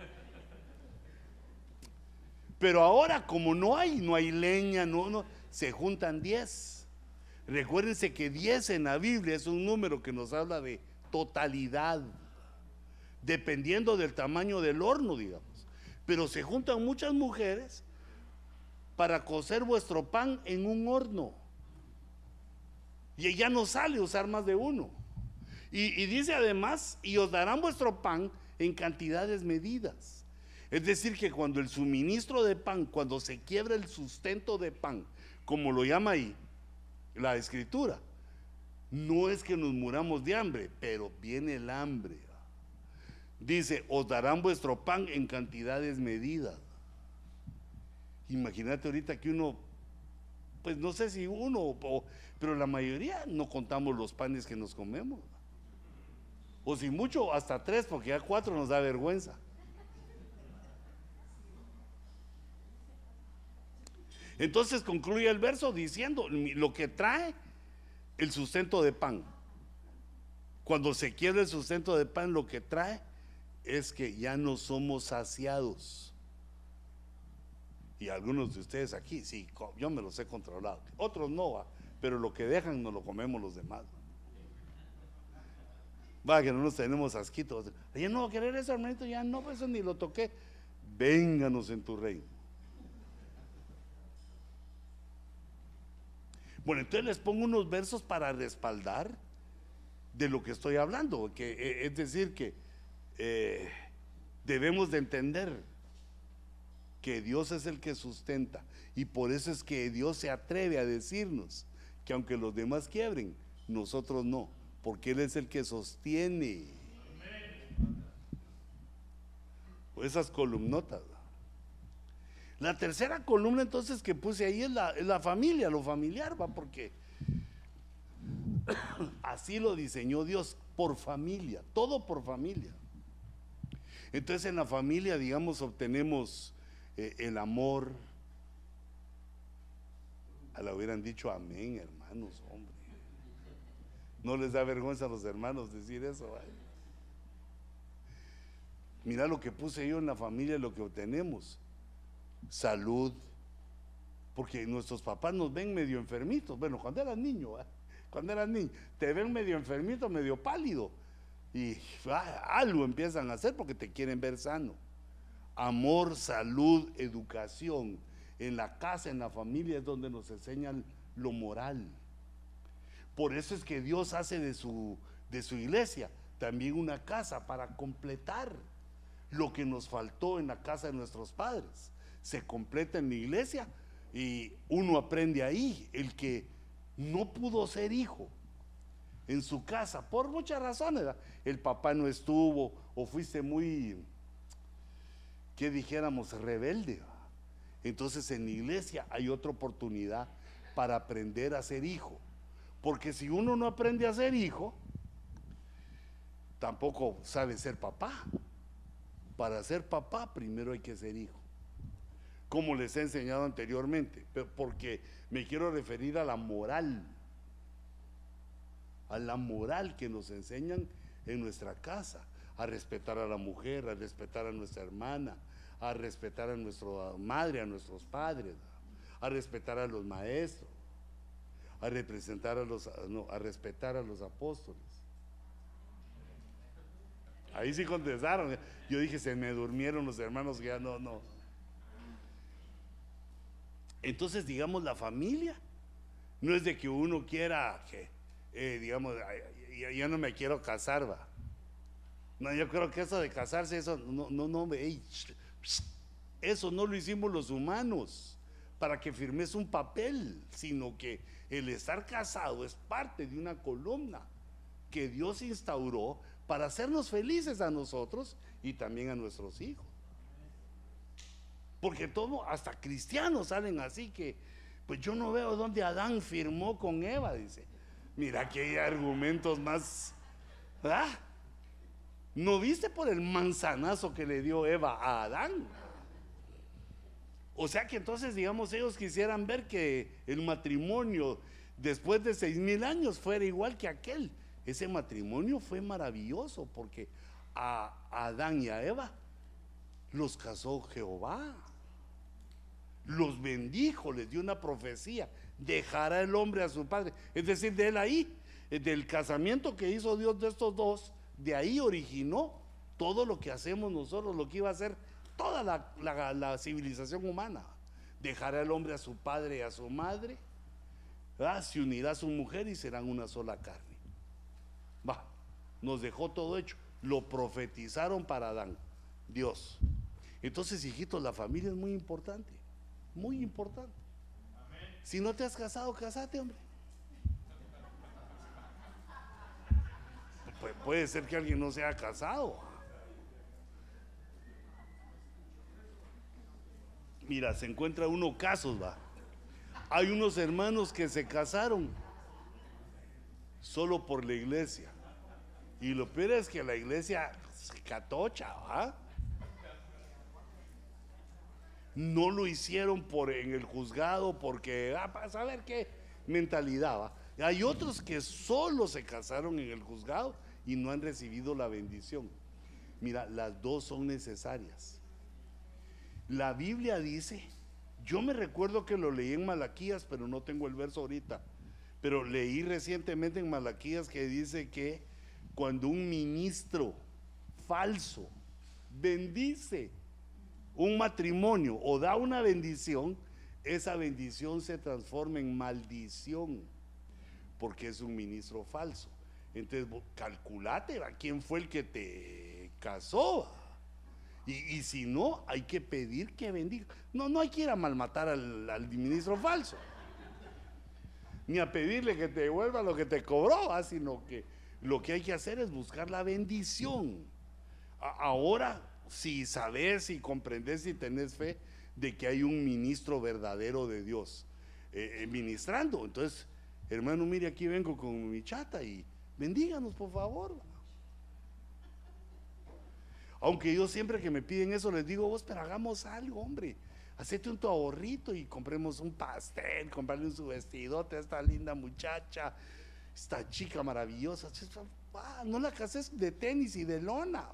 Pero ahora, como no hay, no hay leña, no, no, se juntan diez. Recuérdense que diez en la Biblia es un número que nos habla de totalidad, dependiendo del tamaño del horno, digamos. Pero se juntan muchas mujeres para cocer vuestro pan en un horno. Y ya no sale usar más de uno. Y, y dice además: y os darán vuestro pan en cantidades medidas. Es decir, que cuando el suministro de pan, cuando se quiebra el sustento de pan, como lo llama ahí la escritura, no es que nos muramos de hambre, pero viene el hambre. Dice: os darán vuestro pan en cantidades medidas. Imagínate ahorita que uno, pues no sé si uno, o, pero la mayoría no contamos los panes que nos comemos, o si mucho hasta tres, porque ya cuatro nos da vergüenza. Entonces concluye el verso diciendo lo que trae el sustento de pan. Cuando se quiebra el sustento de pan, lo que trae es que ya no somos saciados. Y algunos de ustedes aquí, sí, yo me los he controlado, otros no, va, pero lo que dejan nos lo comemos los demás. Va, que no nos tenemos asquitos. Ya no va a querer eso, hermanito, ya no, pues eso ni lo toqué. Vénganos en tu reino. Bueno, entonces les pongo unos versos para respaldar de lo que estoy hablando, que es decir que eh, debemos de entender que Dios es el que sustenta, y por eso es que Dios se atreve a decirnos que aunque los demás quiebren, nosotros no, porque Él es el que sostiene. Esas columnotas. La tercera columna entonces que puse ahí es la, es la familia, lo familiar, va, porque así lo diseñó Dios, por familia, todo por familia. Entonces en la familia, digamos, obtenemos eh, el amor. A la hubieran dicho amén, hermanos, hombre. No les da vergüenza a los hermanos decir eso, ¿vale? Mira lo que puse yo en la familia, lo que obtenemos: salud, porque nuestros papás nos ven medio enfermitos. Bueno, cuando eras niño, ¿eh? cuando eras niño, te ven medio enfermito, medio pálido, y ah, algo empiezan a hacer porque te quieren ver sano. Amor, salud, educación. En la casa, en la familia es donde nos enseñan lo moral. Por eso es que Dios hace de su, de su iglesia también una casa para completar lo que nos faltó en la casa de nuestros padres. Se completa en la iglesia y uno aprende ahí. El que no pudo ser hijo en su casa por muchas razones, ¿verdad? El papá no estuvo, o fuiste muy, que dijéramos, rebelde, ¿verdad? Entonces en la iglesia hay otra oportunidad para aprender a ser hijo, porque si uno no aprende a ser hijo, tampoco sabe ser papá. Para ser papá primero hay que ser hijo, como les he enseñado anteriormente, porque me quiero referir a la moral, a la moral que nos enseñan en nuestra casa, a respetar a la mujer, a respetar a nuestra hermana, a respetar a nuestra madre, a nuestros padres, a respetar a los maestros, a representar a los, no, a respetar a los apóstoles. Ahí sí contestaron. Yo dije, se me durmieron los hermanos, ya no, no. Entonces, digamos, la familia no es de que uno quiera que, eh, digamos, ya, ya no me quiero casar, va. No, yo creo que eso de casarse, eso no, no, no, hey, eso no lo hicimos los humanos para que firmes un papel, sino que el estar casado es parte de una columna que Dios instauró para hacernos felices a nosotros y también a nuestros hijos. Porque todo, hasta cristianos salen así que, pues yo no veo dónde Adán firmó con Eva, dice. Mira que hay argumentos más, ¿verdad? ¿No viste por el manzanazo que le dio Eva a Adán? O sea que entonces, digamos, ellos quisieran ver que el matrimonio después de seis mil años fuera igual que aquel. Ese matrimonio fue maravilloso porque a Adán y a Eva los casó Jehová, los bendijo, les dio una profecía: dejará el hombre a su padre. Es decir, de él ahí, del casamiento que hizo Dios de estos dos, de ahí originó todo lo que hacemos nosotros, lo que iba a hacer toda la, la, la civilización humana. Dejará el hombre a su padre y a su madre, ¿verdad? Se unirá a su mujer y serán una sola carne. Va, nos dejó todo hecho. Lo profetizaron para Adán, Dios. Entonces, hijitos, la familia es muy importante, muy importante. Si no te has casado, casate, hombre. Pu- puede ser que alguien no se haya casado. Mira, se encuentra uno casos, va. Hay unos hermanos que se casaron solo por la iglesia, y lo peor es que la iglesia se catocha, ¿va? No lo hicieron por en el juzgado porque, ah, para saber qué mentalidad, ¿va? Hay otros que solo se casaron en el juzgado y no han recibido la bendición. Mira, las dos son necesarias. La Biblia dice, yo me recuerdo que lo leí en Malaquías, pero no tengo el verso ahorita, pero leí recientemente en Malaquías que dice que cuando un ministro falso bendice un matrimonio o da una bendición, esa bendición se transforma en maldición porque es un ministro falso. Entonces calculate, ¿va? ¿Quién fue el que te casó? Y, y si no, hay que pedir que bendiga. No, no hay que ir a malmatar al, al ministro falso, ni a pedirle que te devuelva lo que te cobró, ¿ah? Sino que lo que hay que hacer es buscar la bendición. A, ahora, si sabes y comprendes y tenés fe de que hay un ministro verdadero de Dios eh, eh, ministrando, entonces, hermano, mire, aquí vengo con mi chata y bendíganos, por favor. Aunque yo siempre que me piden eso les digo, vos, pero hagamos algo, hombre. Hacete un tu ahorrito y compremos un pastel, comprarle un su vestidote a esta linda muchacha, esta chica maravillosa. No la cases de tenis y de lona.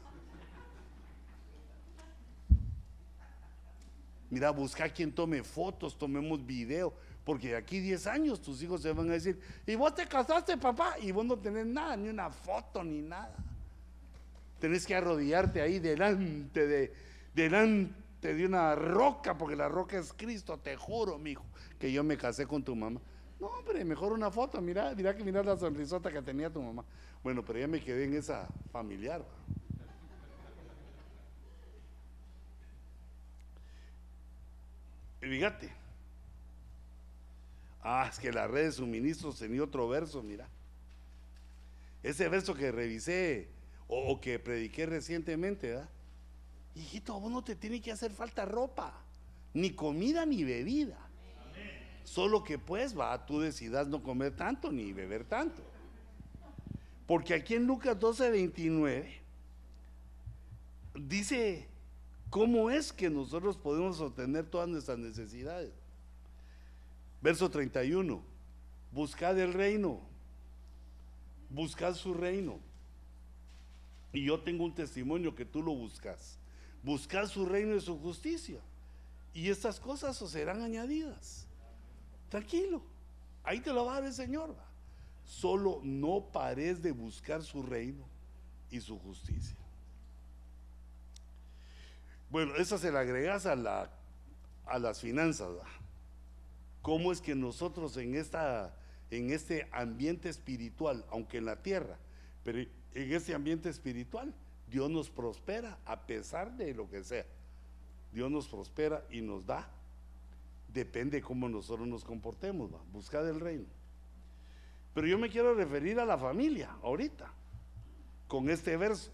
Mira, busca quien tome fotos, tomemos video, porque de aquí diez años tus hijos se van a decir, y vos te casaste, papá, y vos no tenés nada, ni una foto, ni nada. Tenés que arrodillarte ahí delante de, delante de una roca, porque la roca es Cristo. Te juro, mijo, que yo me casé con tu mamá. No, hombre, mejor una foto. Mira, mira que mira la sonrisota que tenía tu mamá. Bueno, pero ya me quedé en esa familiar. Y fíjate. Ah, es que la red de suministros tenía otro verso, mira. Ese verso que revisé o que prediqué recientemente, ¿verdad? Hijito, a vos no te tiene que hacer falta ropa, ni comida ni bebida. Amén. Solo que pues va, tú decidas no comer tanto ni beber tanto. Porque aquí en Lucas doce veintinueve dice cómo es que nosotros podemos obtener todas nuestras necesidades. Verso treinta y uno, buscad el reino, buscad su reino. Y yo tengo un testimonio que tú lo buscas. Buscad su reino y su justicia, y estas cosas os serán añadidas. Tranquilo, ahí te lo va a dar el Señor, va. Solo no pares de buscar su reino y su justicia. Bueno, esa se la agregas a, la, a las finanzas, ¿va? ¿Cómo es que nosotros en, esta, en este ambiente espiritual, aunque en la tierra, pero en este ambiente espiritual, Dios nos prospera a pesar de lo que sea? Dios nos prospera y nos da, depende de cómo nosotros nos comportemos, ¿va? Buscar el reino. Pero yo me quiero referir a la familia ahorita, con este verso,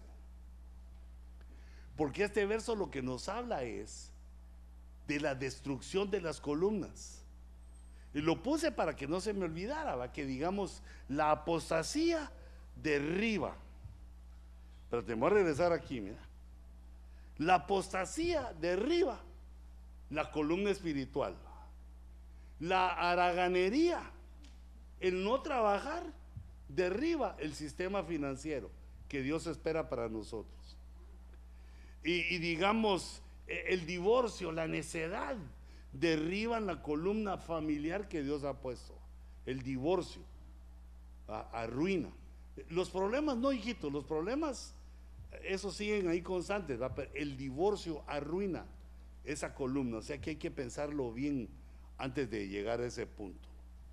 porque este verso lo que nos habla es de la destrucción de las columnas. Y lo puse para que no se me olvidara, ¿va? Que digamos, la apostasía derriba. Pero te voy a regresar aquí, mira. La apostasía derriba la columna espiritual. La haraganería, el no trabajar, derriba el sistema financiero que Dios espera para nosotros. Y, y digamos, el divorcio, la necedad, derriban la columna familiar que Dios ha puesto. El divorcio arruina. Los problemas no, hijitos, los problemas, esos siguen ahí constantes, ¿va? Pero el divorcio arruina esa columna, o sea que hay que pensarlo bien antes de llegar a ese punto.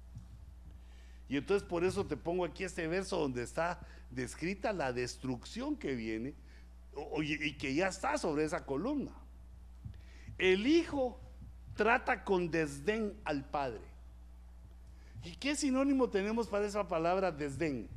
Y entonces por eso te pongo aquí este verso donde está descrita la destrucción que viene y que ya está sobre esa columna. El hijo trata con desdén al padre. ¿Y qué sinónimo tenemos para esa palabra desdén?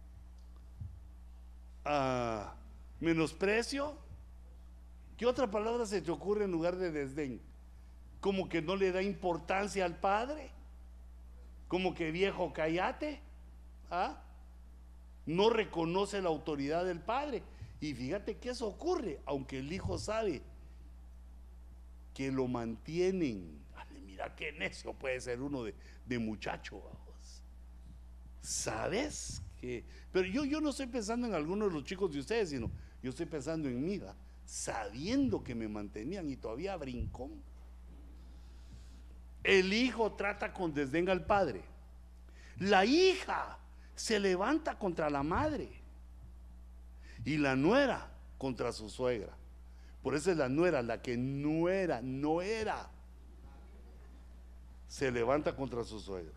Ah, menosprecio. ¿Qué otra palabra se te ocurre en lugar de desdén? Como que no le da importancia al padre, como que viejo cállate, ¿ah? No reconoce la autoridad del padre. Y fíjate que eso ocurre, aunque el hijo sabe que lo mantienen. Ay, mira qué necio puede ser uno de, de muchacho, vamos. ¿Sabes? Que, pero yo, yo no estoy pensando en algunos de los chicos de ustedes, sino yo estoy pensando en mí, ¿va? Sabiendo que me mantenían y todavía brincó. El hijo trata con desdén al padre. La hija se levanta contra la madre. Y la nuera contra su suegra. Por eso es la nuera, la que no era, no era. Se levanta contra su suegra.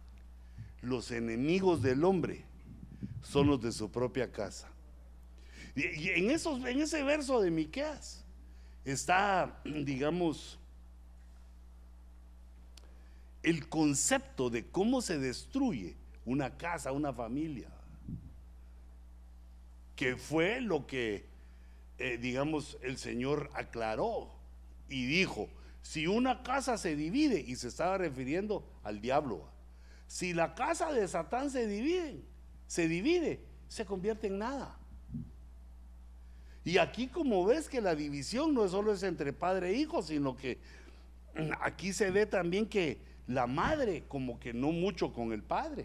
Los enemigos del hombre son los de su propia casa. Y, y en, esos, en ese verso de Miqueas está, digamos, el concepto de cómo se destruye una casa, una familia, que fue lo que, eh, digamos, el Señor aclaró y dijo: si una casa se divide, y se estaba refiriendo al diablo, si la casa de Satán se divide, se divide, se convierte en nada. Y aquí, como ves, que la división no solo es entre padre e hijo, sino que aquí se ve también que la madre como que no mucho con el padre,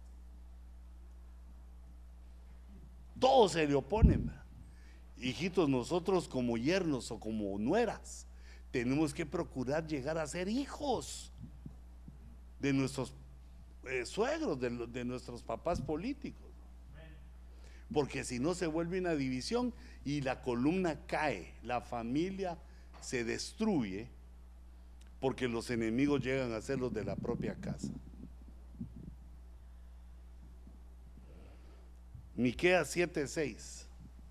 todos se le oponen. Hijitos, nosotros como yernos o como nueras tenemos que procurar llegar a ser hijos de nuestros eh, suegros, de, de nuestros papás políticos, porque si no se vuelve una división y la columna cae, la familia se destruye, porque los enemigos llegan a ser los de la propia casa. Miqueas siete seis.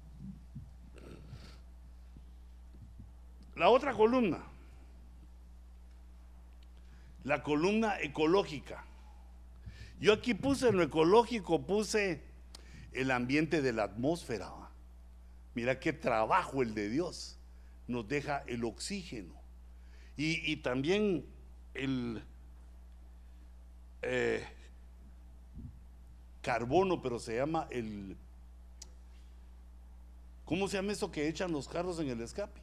La otra columna, la columna ecológica. Yo aquí puse en lo ecológico, puse el ambiente de la atmósfera. Mira qué trabajo el de Dios, nos deja el oxígeno y, y también el eh, carbono, pero se llama el, ¿cómo se llama eso que echan los carros en el escape?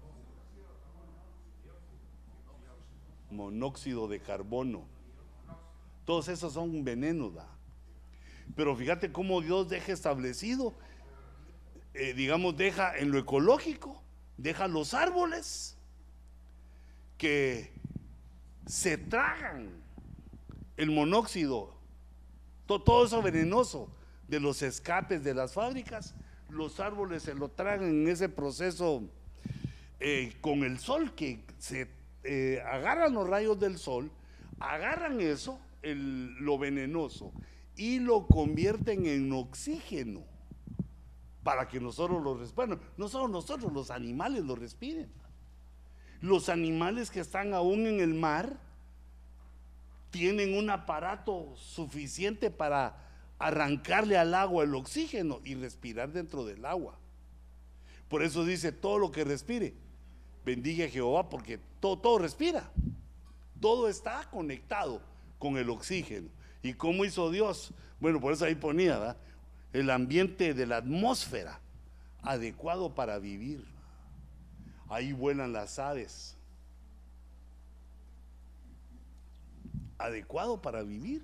Monóxido de carbono. Todos esos son venenos, ¿verdad? Pero fíjate cómo Dios deja establecido, eh, digamos, deja en lo ecológico, deja los árboles que se tragan el monóxido, to, todo eso venenoso de los escapes de las fábricas. Los árboles se lo tragan en ese proceso eh, con el sol, que se eh, agarran los rayos del sol, agarran eso, el, lo venenoso, y lo convierten en oxígeno para que nosotros lo respiremos. Bueno, no solo nosotros, los animales lo respiren. Los animales que están aún en el mar tienen un aparato suficiente para arrancarle al agua el oxígeno y respirar dentro del agua. Por eso dice: todo lo que respire, bendiga a Jehová, porque todo, todo respira, todo está conectado con el oxígeno. ¿Y cómo hizo Dios? Bueno, por eso ahí ponía, ¿verdad?, el ambiente de la atmósfera adecuado para vivir. Ahí vuelan las aves, adecuado para vivir.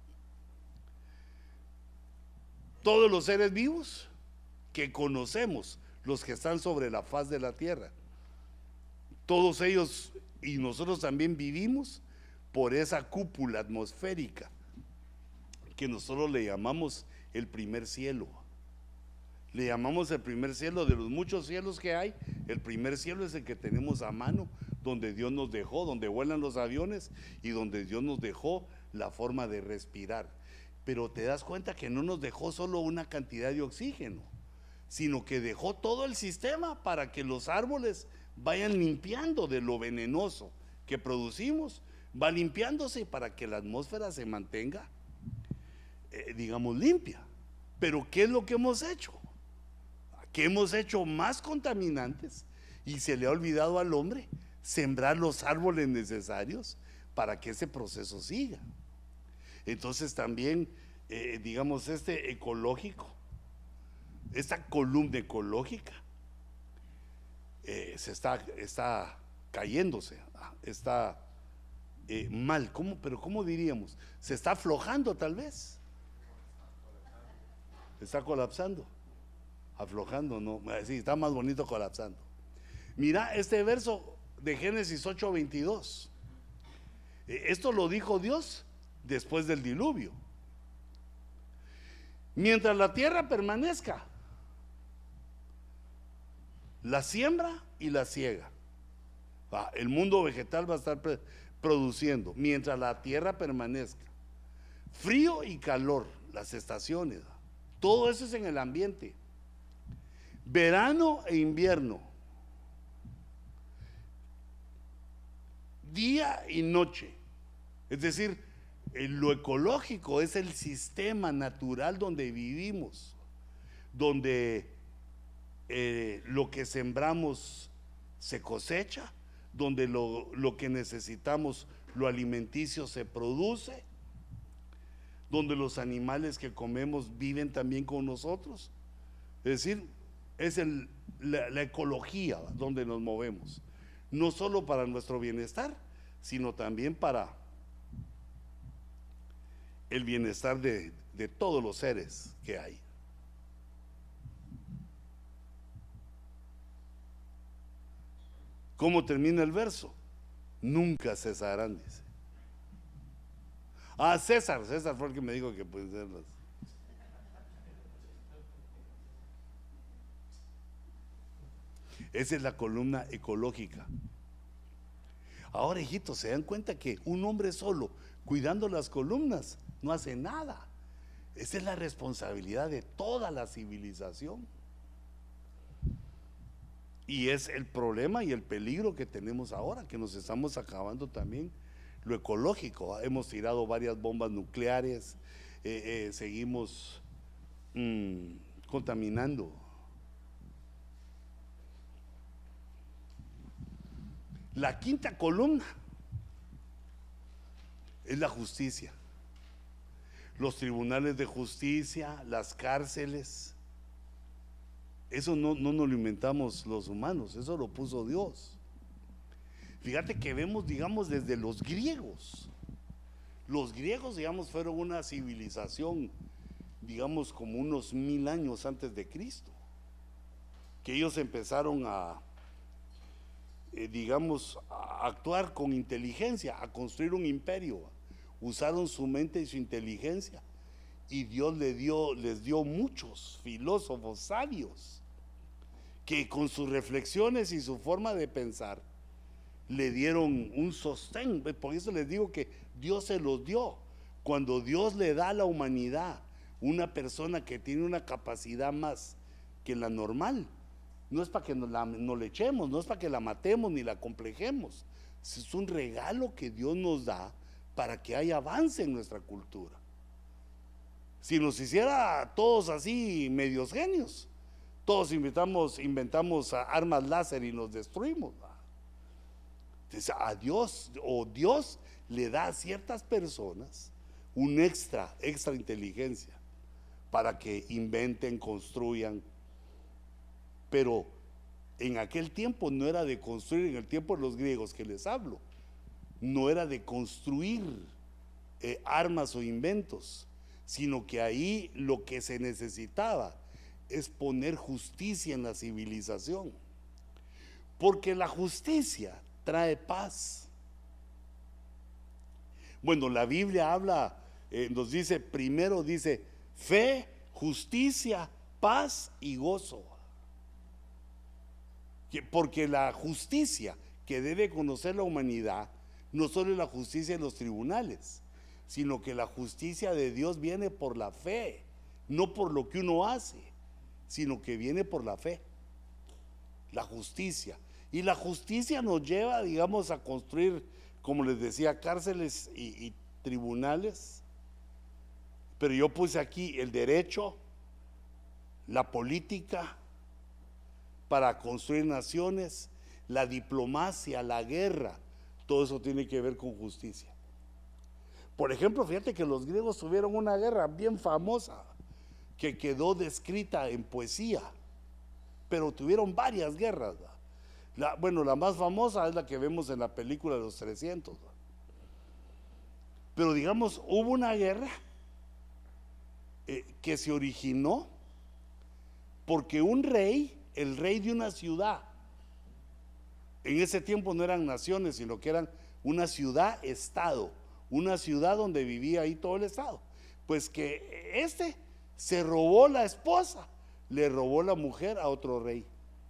Todos los seres vivos que conocemos, los que están sobre la faz de la tierra, todos ellos y nosotros también vivimos por esa cúpula atmosférica que nosotros le llamamos el primer cielo. Le llamamos el primer cielo. De los muchos cielos que hay, el primer cielo es el que tenemos a mano, donde Dios nos dejó, donde vuelan los aviones y donde Dios nos dejó la forma de respirar. Pero te das cuenta que no nos dejó solo una cantidad de oxígeno, sino que dejó todo el sistema para que los árboles vayan limpiando de lo venenoso que producimos, va limpiándose para que la atmósfera se mantenga, eh, digamos, limpia. Pero ¿qué es lo que hemos hecho? Que hemos hecho más contaminantes, y se le ha olvidado al hombre sembrar los árboles necesarios para que ese proceso siga. Entonces también, eh, digamos, este ecológico, esta columna ecológica eh, se está, está cayéndose, está eh, mal. ¿Cómo? Pero ¿cómo diríamos? Se está aflojando, tal vez. Está colapsando, aflojando, no, sí, está más bonito colapsando. Mira este verso de Génesis ocho veintidós. Esto lo dijo Dios después del diluvio. Mientras la tierra permanezca, la siembra y la siega, el mundo vegetal va a estar produciendo mientras la tierra permanezca. Frío y calor, las estaciones, todo eso es en el ambiente. verano e invierno, día y noche. Es decir, eh, lo ecológico es el sistema natural donde vivimos, donde eh, lo que sembramos se cosecha, donde lo, lo que necesitamos, lo alimenticio, se produce, donde los animales que comemos viven también con nosotros. Es decir, es el, la, la ecología donde nos movemos, no solo para nuestro bienestar, sino también para el bienestar de, de todos los seres que hay. ¿Cómo termina el verso? Nunca cesarán, dice. Ah, César, César fue el que me dijo que pueden ser las. Esa es la columna ecológica. Ahora, hijitos, se dan cuenta que un hombre solo cuidando las columnas no hace nada. Esa es la responsabilidad de toda la civilización. Y es el problema y el peligro que tenemos ahora, que nos estamos acabando también lo ecológico. Hemos tirado varias bombas nucleares, eh, eh, seguimos mmm, contaminando. La quinta columna es la justicia. Los tribunales de justicia, las cárceles. Eso no, no nos lo inventamos los humanos, eso lo puso Dios. Fíjate que vemos, digamos, desde los griegos. Los griegos, digamos, fueron una civilización, digamos, como unos mil años antes de Cristo, que ellos empezaron a, eh, digamos, a actuar con inteligencia, a construir un imperio. Usaron su mente y su inteligencia, y Dios les dio, les dio muchos filósofos sabios que con sus reflexiones y su forma de pensar le dieron un sostén. Por eso les digo que Dios se los dio. Cuando Dios le da a la humanidad una persona que tiene una capacidad más que la normal, no es para que nos la, nos la echemos, no es para que la matemos ni la complejemos. Es un regalo que Dios nos da para que haya avance en nuestra cultura. Si nos hiciera todos así medios genios, todos inventamos, inventamos armas láser y nos destruimos. Entonces a Dios, o Dios le da a ciertas personas un extra, extra inteligencia para que inventen, construyan. Pero en aquel tiempo no era de construir, en el tiempo de los griegos que les hablo, no era de construir eh, armas o inventos, sino que ahí lo que se necesitaba es poner justicia en la civilización, porque la justicia trae paz. Bueno, la Biblia habla, eh, nos dice, primero dice fe, justicia, paz y gozo. Porque la justicia que debe conocer la humanidad no solo es la justicia en los tribunales, sino que la justicia de Dios viene por la fe, no por lo que uno hace, sino que viene por la fe, la justicia. Y la justicia nos lleva, digamos, a construir, como les decía, cárceles y, y tribunales. Pero yo puse aquí el derecho, la política para construir naciones, la diplomacia, la guerra, todo eso tiene que ver con justicia. Por ejemplo, fíjate que los griegos tuvieron una guerra bien famosa que quedó descrita en poesía, pero tuvieron varias guerras. La, bueno, la más famosa es la que vemos en la película de los trescientos. Pero digamos, hubo una guerra eh, que se originó porque un rey, el rey de una ciudad, en ese tiempo no eran naciones, sino que eran una ciudad-estado, una ciudad donde vivía ahí todo el estado, pues que este se robó la esposa, le robó la mujer a otro rey.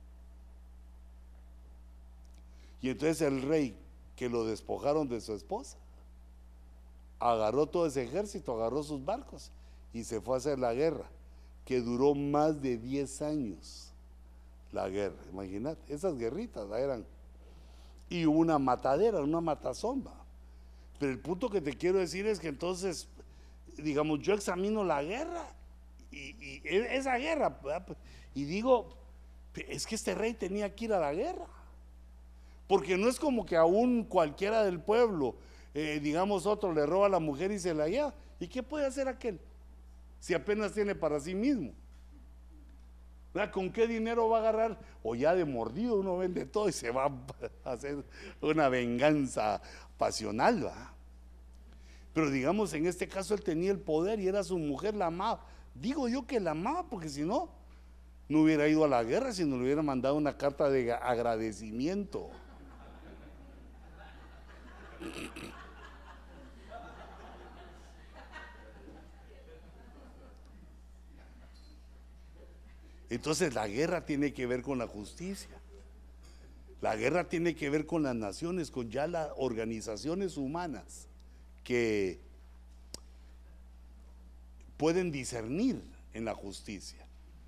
Y entonces el rey, que lo despojaron de su esposa, agarró todo ese ejército, agarró sus barcos y se fue a hacer la guerra, que duró más de diez años. la guerra, imagínate, esas guerritas ¿va? Eran, y una matadera, una matazomba. Pero el punto que te quiero decir es que entonces, digamos, yo examino la guerra y, y esa guerra, ¿verdad? Y digo, es que este rey tenía que ir a la guerra, porque no es como que a un cualquiera del pueblo, eh, digamos, otro le roba a la mujer y se la lleva. ¿Y qué puede hacer aquel si apenas tiene para sí mismo? ¿Verdad? ¿Con qué dinero va a agarrar? O ya de mordido uno vende todo y se va a hacer una venganza pasional, ¿va? Pero digamos, en este caso él tenía el poder y era su mujer, la amaba. Digo yo que la amaba, porque si no, no hubiera ido a la guerra, sino le hubiera mandado una carta de agradecimiento. Entonces la guerra tiene que ver con la justicia. La guerra tiene que ver con las naciones, con ya las organizaciones humanas que pueden discernir en la justicia.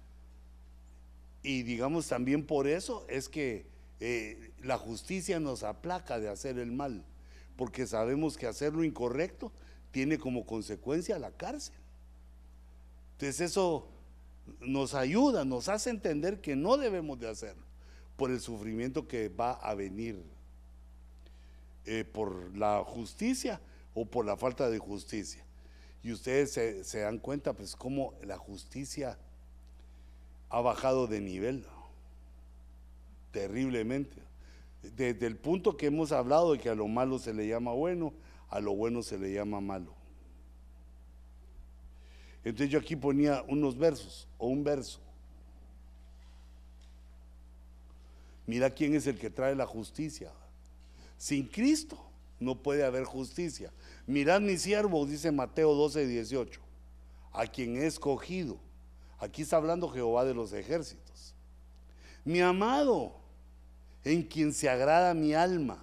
Y digamos también por eso es que eh, la justicia nos aplaca de hacer el mal, porque sabemos que hacer lo incorrecto tiene como consecuencia la cárcel. Entonces eso nos ayuda, nos hace entender que no debemos de hacerlo por el sufrimiento que va a venir eh, por la justicia o por la falta de justicia. Y ustedes se, se dan cuenta pues cómo la justicia ha bajado de nivel terriblemente, desde el punto que hemos hablado de que a lo malo se le llama bueno, a lo bueno se le llama malo. Entonces yo aquí ponía unos versos o un verso. Mira quién es el que trae la justicia. Sin Cristo no puede haber justicia. Mirad mi siervo, dice Mateo doce dieciocho, a quien he escogido. Aquí está hablando Jehová de los ejércitos. Mi amado, en quien se agrada mi alma.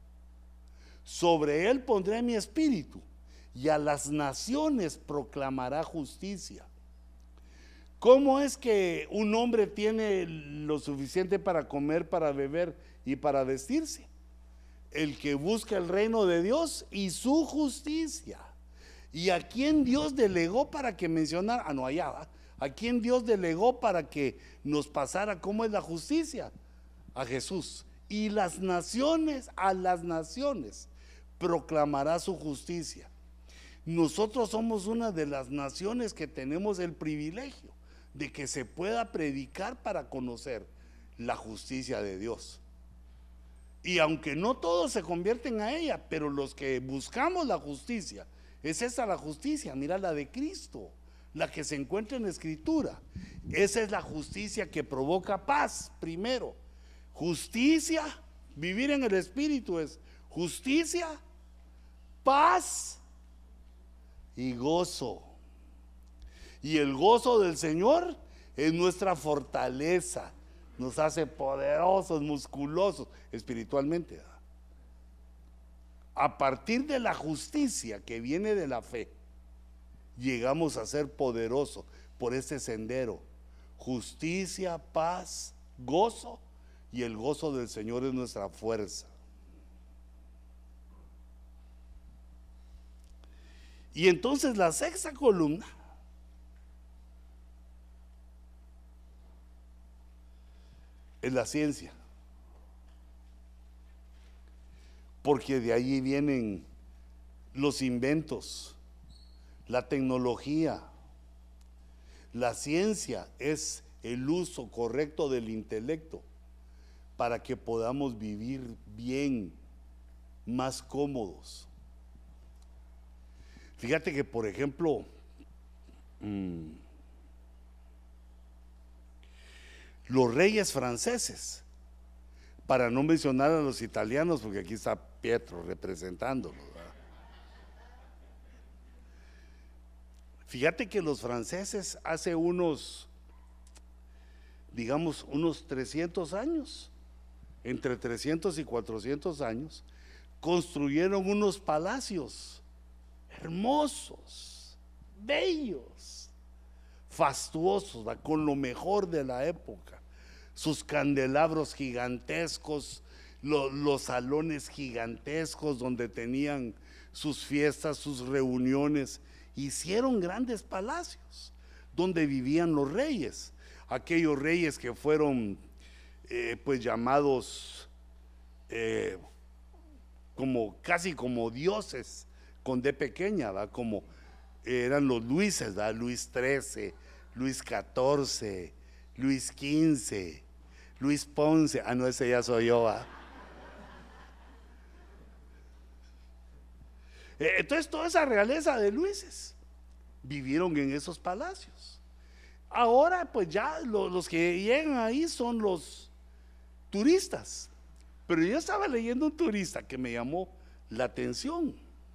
Sobre él pondré mi espíritu, y a las naciones proclamará justicia. ¿Cómo es que un hombre tiene lo suficiente para comer, para beber y para vestirse? El que busca el reino de Dios y su justicia. ¿Y a quién Dios delegó para que mencionara? Ah, no, allá va. ¿A quién Dios delegó para que nos pasara cómo es la justicia? A Jesús. Y las naciones, a las naciones proclamará su justicia. Nosotros somos una de las naciones que tenemos el privilegio de que se pueda predicar para conocer la justicia de Dios. Y aunque no todos se convierten a ella, pero los que buscamos la justicia, es esa la justicia, mira la de Cristo, la que se encuentra en la Escritura. Esa es la justicia que provoca paz, primero. Justicia, vivir en el Espíritu es justicia, paz y gozo. Y el gozo del Señor es nuestra fortaleza, nos hace poderosos, musculosos espiritualmente. A partir de la justicia que viene de la fe, llegamos a ser poderosos por este sendero. Justicia, paz, gozo, y el gozo del Señor es nuestra fuerza. Y entonces la sexta columna es la ciencia, porque de allí vienen los inventos, la tecnología. La ciencia es el uso correcto del intelecto para que podamos vivir bien, más cómodos. Fíjate que, por ejemplo, mmm, los reyes franceses, para no mencionar a los italianos, porque aquí está Pietro representándolos, ¿verdad? Fíjate que los franceses hace unos, digamos, unos trescientos años, entre trescientos y cuatrocientos años, construyeron unos palacios hermosos, bellos, fastuosos, ¿verdad? Con lo mejor de la época, sus candelabros gigantescos, lo, los salones gigantescos donde tenían sus fiestas, sus reuniones. Hicieron grandes palacios donde vivían los reyes, aquellos reyes que fueron eh, pues llamados eh, como casi como dioses con D pequeña, ¿verdad? Como eran los Luises, ¿verdad? Luis trece, Luis catorce, Luis quince, Luis Ponce. Ah, no, ese ya soy yo, ¿verdad? Entonces toda esa realeza de Luises vivieron en esos palacios. Ahora pues ya lo, los que llegan ahí son los turistas. Pero yo estaba leyendo un turista que me llamó la atención,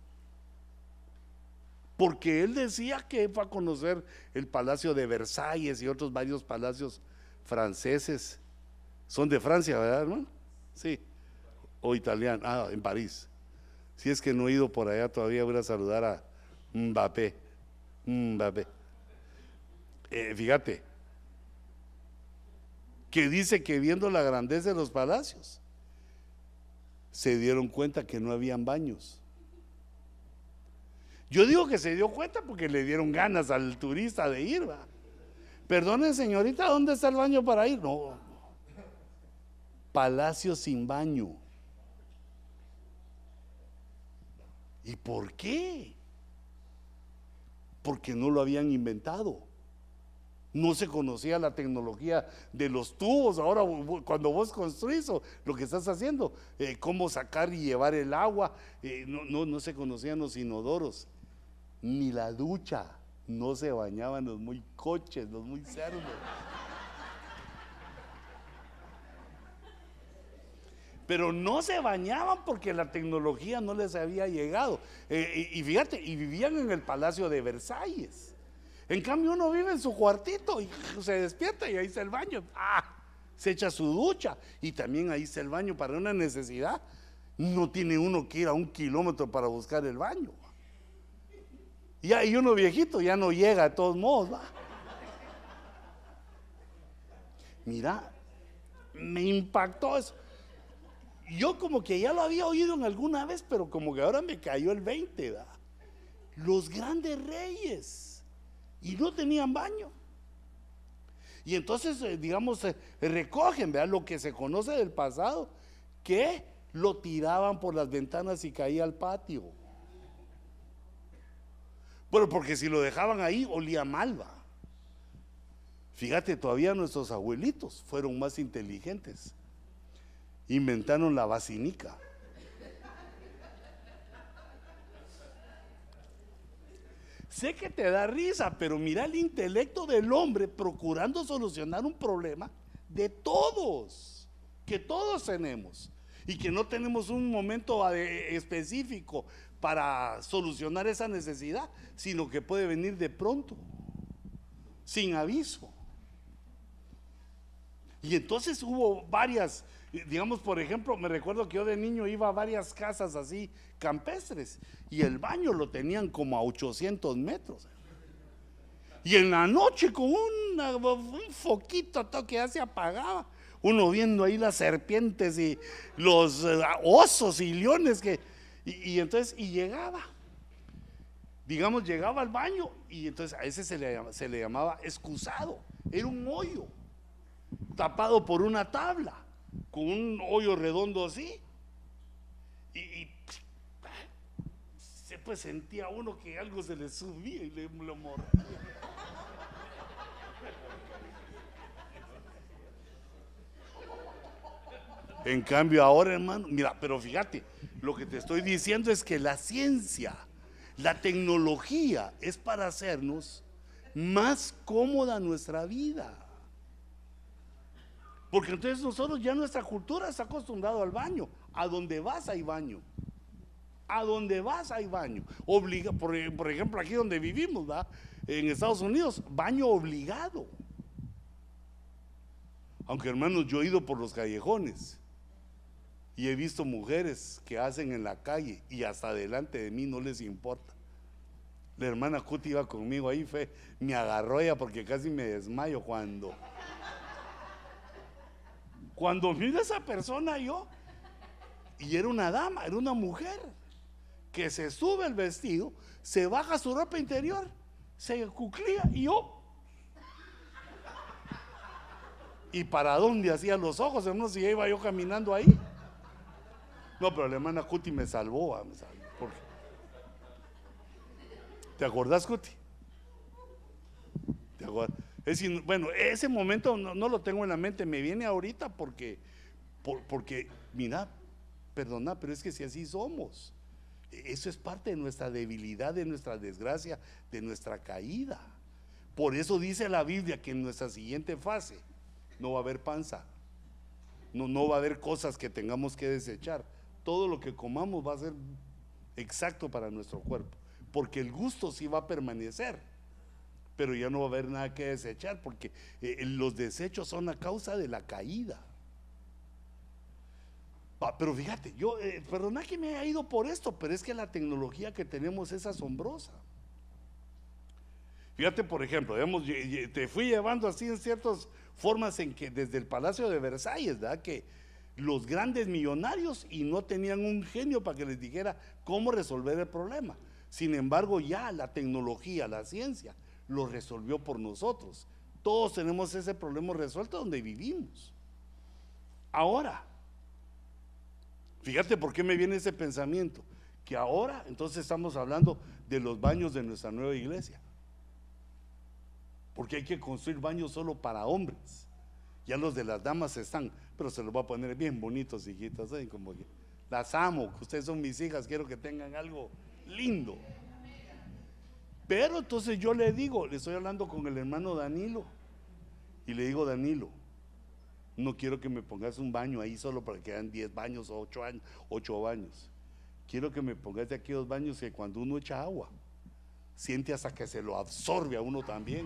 porque él decía que fue a conocer el Palacio de Versalles y otros varios palacios franceses. Son de Francia, ¿verdad, hermano? Sí. O italiano. Ah, en París. Si es que no he ido por allá todavía, voy a saludar a Mbappé. Mbappé. Eh, fíjate, que dice que viendo la grandeza de los palacios, se dieron cuenta que no habían baños. Yo digo que se dio cuenta porque le dieron ganas al turista de ir, ¿va? Perdone, señorita, ¿dónde está el baño para ir? No, palacio sin baño. ¿Y por qué? Porque no lo habían inventado. No se conocía la tecnología de los tubos. Ahora cuando vos construís lo que estás haciendo, eh, cómo sacar y llevar el agua, eh, no, no, no se conocían los inodoros, ni la ducha. No se bañaban los muy coches, los muy cerdos. Pero no se bañaban porque la tecnología no les había llegado. Eh, y, y fíjate, y vivían en el Palacio de Versalles. En cambio uno vive en su cuartito y se despierta y ahí está el baño. ¡Ah! Se echa su ducha y también ahí está el baño para una necesidad. No tiene uno que ir a un kilómetro para buscar el baño. Y ahí uno viejito ya no llega de todos modos, ¿va? Mira, me impactó eso. Yo como que ya lo había oído en alguna vez, pero como que ahora me cayó el veinte, ¿va? Los grandes reyes. Y no tenían baño. Y entonces, eh, digamos, eh, recogen, ¿verdad? Lo que se conoce del pasado, que lo tiraban por las ventanas y caía al patio. Bueno, porque si lo dejaban ahí, olía mal, ¿va? Fíjate, todavía nuestros abuelitos fueron más inteligentes. Inventaron la vacinica. Sé que te da risa, pero mira el intelecto del hombre procurando solucionar un problema de todos, que todos tenemos, y que no tenemos un momento específico para solucionar esa necesidad, sino que puede venir de pronto, sin aviso. Y entonces hubo varias, digamos, por ejemplo, me recuerdo que yo de niño iba a varias casas así campestres y el baño lo tenían como a ochocientos metros. Y en la noche con una, un foquito todo que ya se apagaba, uno viendo ahí las serpientes y los uh, osos y leones que, y, y entonces, y llegaba, digamos, llegaba al baño y entonces a ese se le, se le llamaba excusado, era un hoyo tapado por una tabla, con un hoyo redondo así, y, y se pues sentía uno que algo se le subía y le lo mordía. En cambio ahora, hermano, mira, pero fíjate, lo que te estoy diciendo es que la ciencia, la tecnología es para hacernos más cómoda nuestra vida. Porque entonces nosotros ya nuestra cultura está acostumbrado al baño. A donde vas hay baño. A donde vas hay baño. Obliga, por, por ejemplo, aquí donde vivimos, ¿verdad? En Estados Unidos, baño obligado. Aunque, hermanos, yo he ido por los callejones y he visto mujeres que hacen en la calle y hasta delante de mí no les importa. La hermana Cuti iba conmigo ahí, fue, me agarró ella porque casi me desmayo cuando... Cuando mira a esa persona yo, y era una dama, era una mujer, que se sube el vestido, se baja su ropa interior, se cuclía y yo. ¿Y para dónde hacía los ojos? No sé si iba yo caminando ahí. No, pero la hermana Cuti me salvó, ah, me salvó. Porque... ¿Te acordás, Cuti? ¿Te acordás? Es decir, bueno, ese momento no, no lo tengo en la mente, me viene ahorita porque, por, porque, mira, perdona, pero es que si así somos, eso es parte de nuestra debilidad, de nuestra desgracia, de nuestra caída. Por eso dice la Biblia que en nuestra siguiente fase no va a haber panza, no, no va a haber cosas que tengamos que desechar. Todo lo que comamos va a ser exacto para nuestro cuerpo, porque el gusto sí va a permanecer, pero ya no va a haber nada que desechar, porque eh, los desechos son a causa de la caída. Ah, pero fíjate, yo, eh, perdona que me haya ido por esto, pero es que la tecnología que tenemos es asombrosa. Fíjate, por ejemplo, digamos, te fui llevando así en ciertas formas en que desde el Palacio de Versalles, ¿verdad? Que los grandes millonarios y no tenían un genio para que les dijera cómo resolver el problema. Sin embargo, ya la tecnología, la ciencia, lo resolvió por nosotros. Todos tenemos ese problema resuelto donde vivimos. Ahora, fíjate por qué me viene ese pensamiento, que ahora entonces estamos hablando de los baños de nuestra nueva iglesia, porque hay que construir baños solo para hombres. Ya los de las damas están, pero se los voy a poner bien bonitos, hijitas, ¿eh? Como que las amo, ustedes son mis hijas, quiero que tengan algo lindo. Pero entonces yo le digo, le estoy hablando con el hermano Danilo, y le digo: Danilo, no quiero que me pongas un baño ahí solo para que hagan diez baños o ocho años, ocho baños. Quiero que me pongas de aquellos baños que cuando uno echa agua, siente hasta que se lo absorbe a uno también.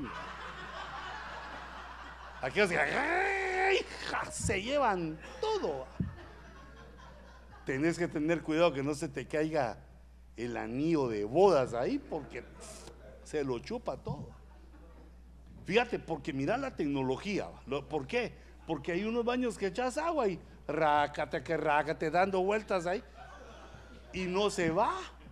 Aquellos que ¡ay, ja! Se llevan todo. Tenés que tener cuidado que no se te caiga el anillo de bodas ahí, porque se lo chupa todo. Fíjate, porque mira la tecnología. ¿Por qué? Porque hay unos baños que echas agua y rácate, que rácate, dando vueltas ahí y no se va.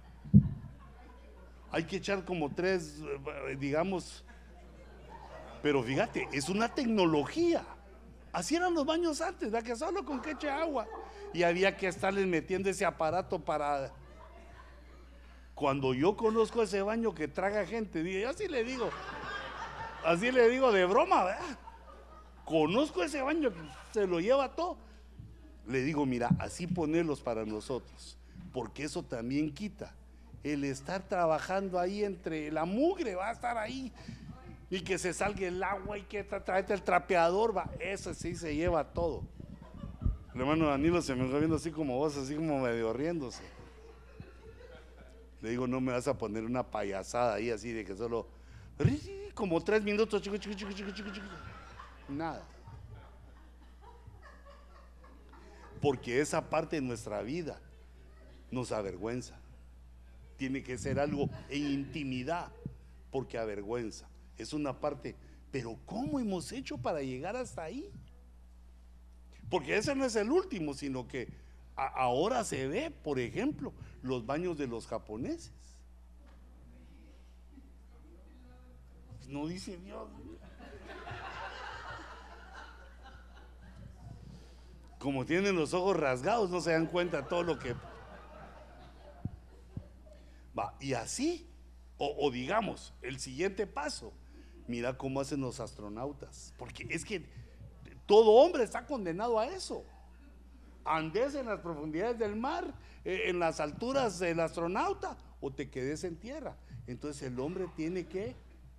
Hay que echar como tres, digamos. Pero fíjate, es una tecnología. Así eran los baños antes, ¿verdad? Que solo con que eche agua. Y había que estarles metiendo ese aparato para... Cuando yo conozco ese baño que traga gente, yo así le digo, así le digo de broma, ¿verdad? Conozco ese baño que se lo lleva todo. Le digo, mira, así ponerlos para nosotros, porque eso también quita el estar trabajando ahí entre la mugre, va a estar ahí y que se salga el agua y que traete el trapeador, va, eso sí se lleva todo. El hermano Danilo se me está viendo así como vos, así como medio riéndose. Le digo, no me vas a poner una payasada ahí así de que solo como tres minutos, chico, chico, chico, chico, chico, chico. Nada. Porque esa parte de nuestra vida nos avergüenza. Tiene que ser algo en intimidad, porque avergüenza. Es una parte, pero ¿cómo hemos hecho para llegar hasta ahí? Porque ese no es el último, sino que a, ahora se ve, por ejemplo, los baños de los japoneses. No dice Dios. Como tienen los ojos rasgados, no se dan cuenta de todo lo que va. Y así, o, o digamos, el siguiente paso, mira cómo hacen los astronautas, porque es que todo hombre está condenado a eso. Andes en las profundidades del mar, eh, en las alturas del astronauta, o te quedes en tierra. Entonces el hombre tiene que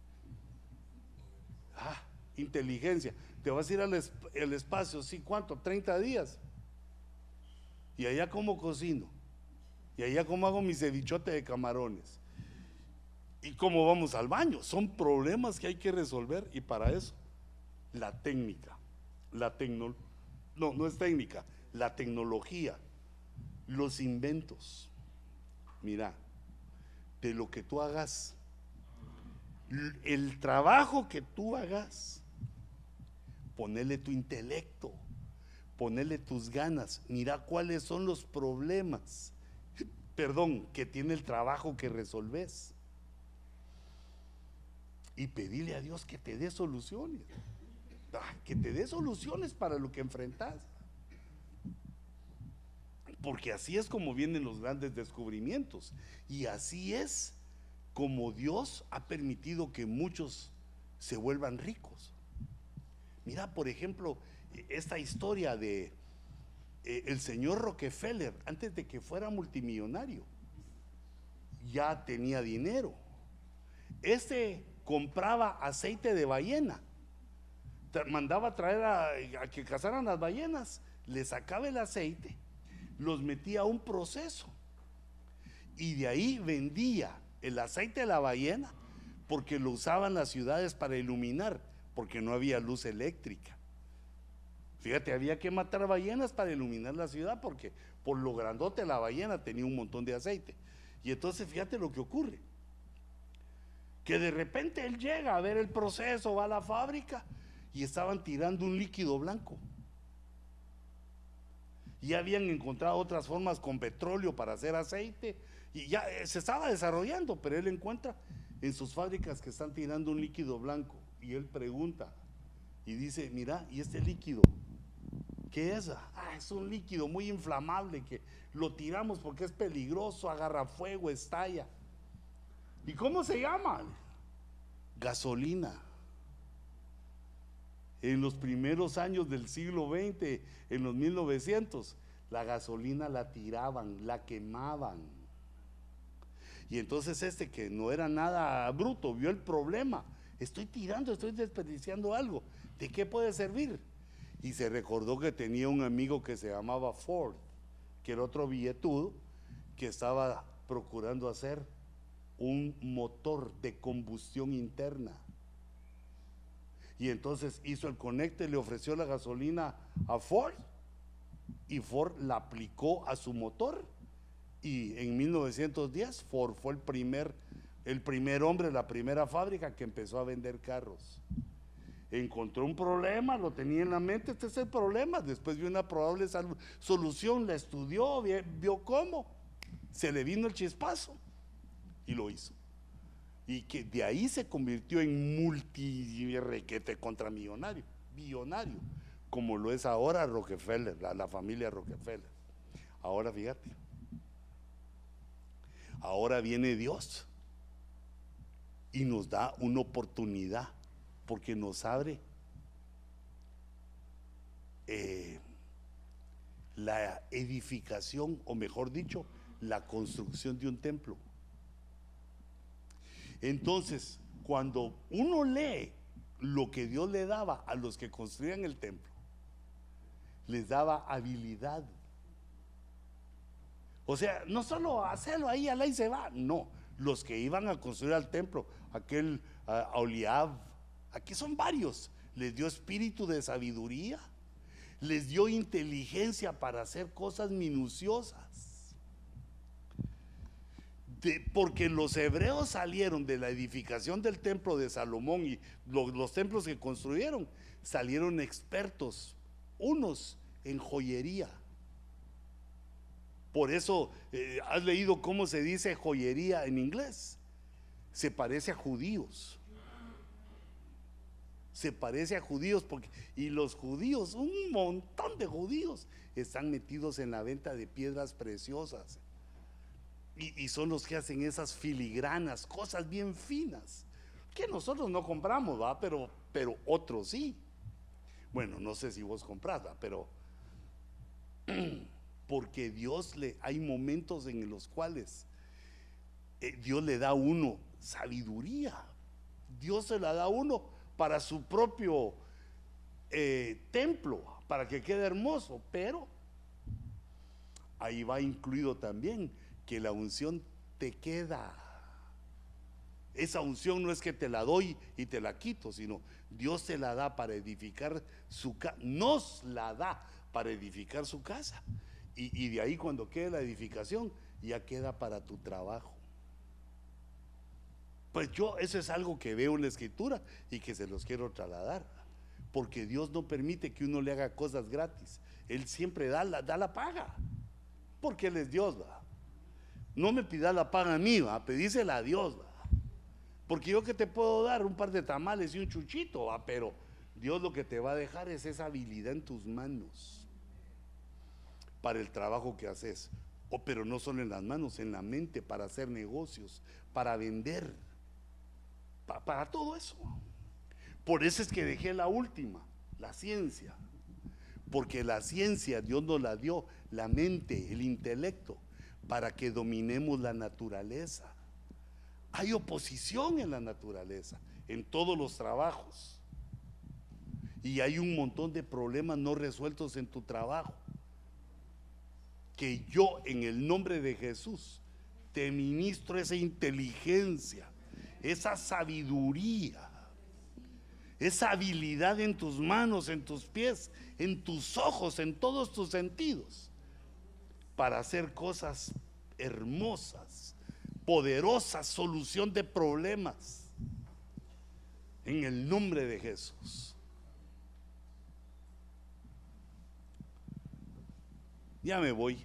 ah, inteligencia. Te vas a ir al es, el espacio, ¿sí? ¿Cuánto? treinta días. Y allá como cocino, y allá como hago mi cevichote de camarones, y cómo vamos al baño. Son problemas que hay que resolver, y para eso la técnica, la tecno, no, no es técnica, la tecnología, los inventos. Mira, de lo que tú hagas, el trabajo que tú hagas, ponele tu intelecto, Ponele tus ganas, mira cuáles son los problemas, perdón, que tiene el trabajo que resolves. Y pedirle a Dios que te dé soluciones, que te dé soluciones para lo que enfrentas. Porque así es como vienen los grandes descubrimientos. Y así es como Dios ha permitido que muchos se vuelvan ricos. Mira, por ejemplo, esta historia de eh, el señor Rockefeller, antes de que fuera multimillonario, ya tenía dinero. Este compraba aceite de ballena, mandaba a traer a, a que cazaran las ballenas, le sacaba el aceite, los metía a un proceso y de ahí vendía el aceite de la ballena, porque lo usaban las ciudades para iluminar, porque no había luz eléctrica. Fíjate, había que matar ballenas para iluminar la ciudad, porque por lo grandote la ballena tenía un montón de aceite. Y entonces fíjate lo que ocurre, que de repente él llega a ver el proceso, va a la fábrica y estaban tirando un líquido blanco. Ya habían encontrado otras formas con petróleo para hacer aceite y ya se estaba desarrollando, pero él encuentra en sus fábricas que están tirando un líquido blanco y él pregunta y dice: mira, ¿y este líquido qué es? Ah, es un líquido muy inflamable que lo tiramos porque es peligroso, agarra fuego, estalla. ¿Y cómo se llama? Gasolina. En los primeros años del siglo veinte, en los mil novecientos, la gasolina la tiraban, la quemaban. Y entonces este, que no era nada bruto, vio el problema. Estoy tirando, estoy desperdiciando algo. ¿De qué puede servir? Y se recordó que tenía un amigo que se llamaba Ford, que era otro billetudo, que estaba procurando hacer un motor de combustión interna. Y entonces hizo el conecte, le ofreció la gasolina a Ford y Ford la aplicó a su motor, y en mil novecientos diez Ford fue el primer, el primer hombre, la primera fábrica que empezó a vender carros. Encontró un problema, lo tenía en la mente, este es el problema, después vio una probable solución, la estudió, vio cómo, se le vino el chispazo y lo hizo. Y que de ahí se convirtió en multi-requete contra millonario, billonario, como lo es ahora Rockefeller, la, la familia Rockefeller. Ahora fíjate, ahora viene Dios y nos da una oportunidad, porque nos abre eh, la edificación, o mejor dicho, la construcción de un templo. Entonces, cuando uno lee lo que Dios le daba a los que construían el templo, les daba habilidad. O sea, no solo hacerlo ahí, al ahí se va, no, los que iban a construir el templo, aquel uh, Oliab, aquí son varios, les dio espíritu de sabiduría, les dio inteligencia para hacer cosas minuciosas. De, porque los hebreos salieron de la edificación del templo de Salomón y los, los templos que construyeron, salieron expertos, unos en joyería. Por eso, eh, ¿has leído cómo se dice joyería en inglés? Se parece a judíos. Se parece a judíos porque, y los judíos, un montón de judíos están metidos en la venta de piedras preciosas. Y, y son los que hacen esas filigranas, cosas bien finas, que nosotros no compramos, ¿va? Pero, pero otros sí. Bueno, no sé si vos comprás, ¿va? Pero porque Dios le, hay momentos en los cuales eh, Dios le da a uno sabiduría. Dios se la da a uno para su propio eh, templo, para que quede hermoso, pero ahí va incluido también que la unción te queda. Esa unción no es que te la doy y te la quito, sino Dios te la da para edificar su casa, nos la da para edificar su casa, y, y de ahí cuando quede la edificación ya queda para tu trabajo. Pues yo, eso es algo que veo en la escritura y que se los quiero trasladar, porque Dios no permite que uno le haga cosas gratis. Él siempre da la, da la paga, porque Él es Dios, ¿va? No me pidas la paga a mí, ¿va? Pedísela a Dios, ¿va? Porque yo que te puedo dar un par de tamales y un chuchito, ¿va? Pero Dios lo que te va a dejar es esa habilidad en tus manos para el trabajo que haces. Oh, pero no solo en las manos, en la mente, para hacer negocios, para vender, pa, para todo eso. Por eso es que dejé la última, la ciencia, porque la ciencia Dios nos la dio, la mente, el intelecto, para que dominemos la naturaleza. Hay oposición en la naturaleza, en todos los trabajos, y hay un montón de problemas no resueltos en tu trabajo, que yo en el nombre de Jesús te ministro esa inteligencia, esa sabiduría, esa habilidad en tus manos, en tus pies, en tus ojos, en todos tus sentidos, para hacer cosas hermosas, poderosas, solución de problemas, en el nombre de Jesús. Ya me voy.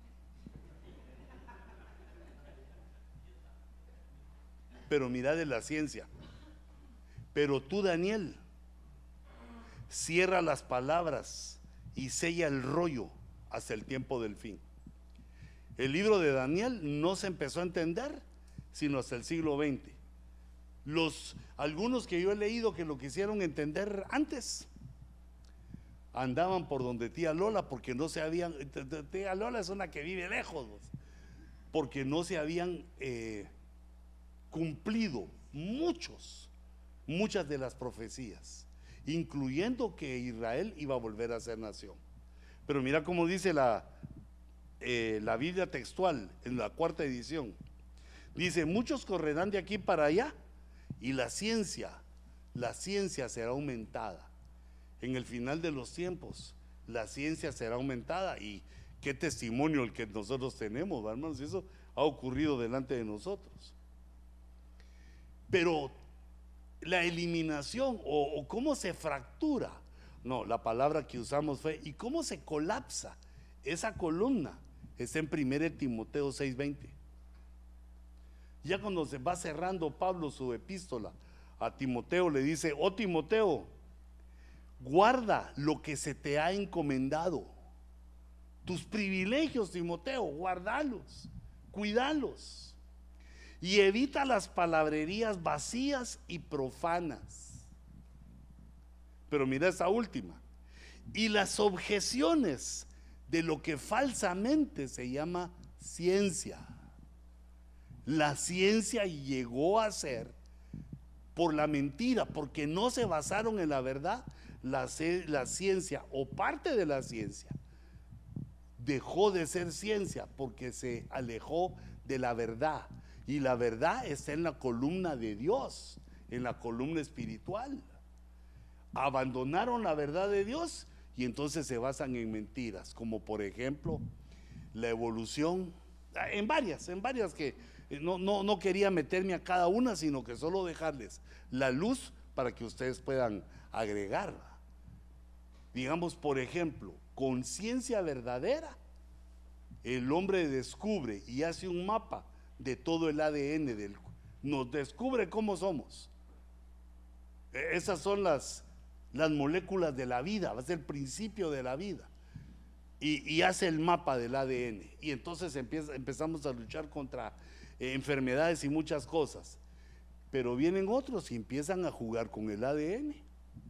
Pero mira de la ciencia. Pero tú, Daniel, cierra las palabras y sella el rollo hasta el tiempo del fin. El libro de Daniel no se empezó a entender sino hasta el siglo veinte. Los, algunos que yo he leído que lo quisieron entender antes, andaban por donde tía Lola porque no se habían, tía Lola es una que vive lejos, porque no se habían eh, cumplido muchos, muchas de las profecías, incluyendo que Israel iba a volver a ser nación. Pero mira cómo dice la, eh, la Biblia textual en la cuarta edición. Dice: muchos correrán de aquí para allá y la ciencia, la ciencia será aumentada. En el final de los tiempos, la ciencia será aumentada. Y qué testimonio el que nosotros tenemos, hermanos, eso ha ocurrido delante de nosotros. Pero la eliminación o, o cómo se fractura, no, la palabra que usamos fue, y cómo se colapsa esa columna, está en primera Timoteo seis veinte. Ya cuando se va cerrando Pablo su epístola a Timoteo, le dice: oh Timoteo, guarda lo que se te ha encomendado. Tus privilegios, Timoteo, guardalos, cuidalos, y evita las palabrerías vacías y profanas. Pero mira esa última: y las objeciones de lo que falsamente se llama ciencia. La ciencia llegó a ser por la mentira, porque no se basaron en la verdad. La, la ciencia o parte de la ciencia dejó de ser ciencia porque se alejó de la verdad, y la verdad está en la columna de Dios, en la columna espiritual. Abandonaron la verdad de Dios y entonces se basan en mentiras, como por ejemplo la evolución, en varias, en varias que no, no, no quería meterme a cada una, sino que solo dejarles la luz para que ustedes puedan agregar. Digamos, por ejemplo, con ciencia verdadera, el hombre descubre y hace un mapa de todo el A D N del, nos descubre cómo somos. Esas son las, las moléculas de la vida, va a ser el principio de la vida. Y, y hace el mapa del A D N. Y entonces empieza, empezamos a luchar contra eh, enfermedades y muchas cosas. Pero vienen otros y empiezan a jugar con el A D N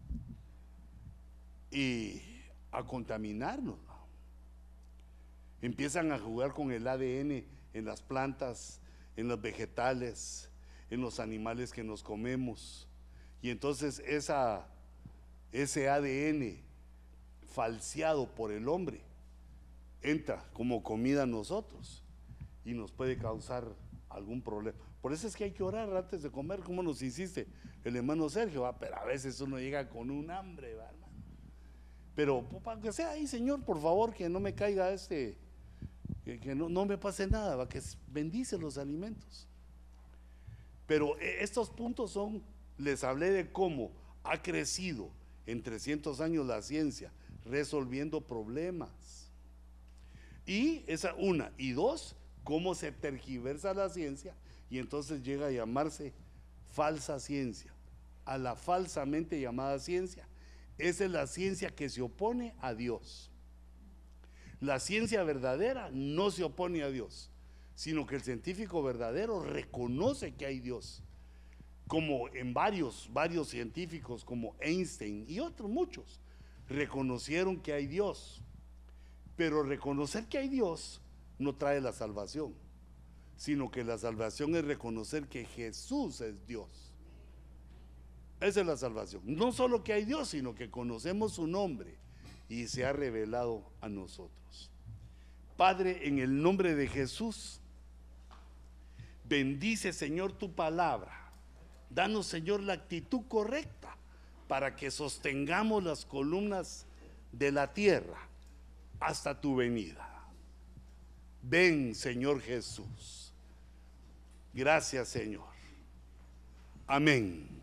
y a contaminarnos. Empiezan a jugar con el A D N en las plantas, en los vegetales, en los animales que nos comemos. Y entonces esa, ese A D N falseado por el hombre entra como comida a nosotros y nos puede causar algún problema. Por eso es que hay que orar antes de comer, como nos insiste el hermano Sergio, ¿va? Pero a veces uno llega con un hambre, ¿va, hermano? Pero para que sea ahí, Señor, por favor, que no me caiga este, que, que no, no me pase nada, ¿va? Que bendice los alimentos. Pero estos puntos son, les hablé de cómo ha crecido en trescientos años la ciencia, resolviendo problemas. Y esa una, y dos, cómo se tergiversa la ciencia y entonces llega a llamarse falsa ciencia, a la falsamente llamada ciencia. Esa es la ciencia que se opone a Dios. La ciencia verdadera no se opone a Dios, sino que el científico verdadero reconoce que hay Dios, como en varios, varios científicos como Einstein y otros muchos reconocieron que hay Dios. Pero reconocer que hay Dios no trae la salvación, sino que la salvación es reconocer que Jesús es Dios. Esa es la salvación. No solo que hay Dios, sino que conocemos su nombre y se ha revelado a nosotros. Padre, en el nombre de Jesús, bendice, Señor, tu palabra. Danos, Señor, la actitud correcta para que sostengamos las columnas de la tierra hasta tu venida. Ven, Señor Jesús. Gracias, Señor. Amén.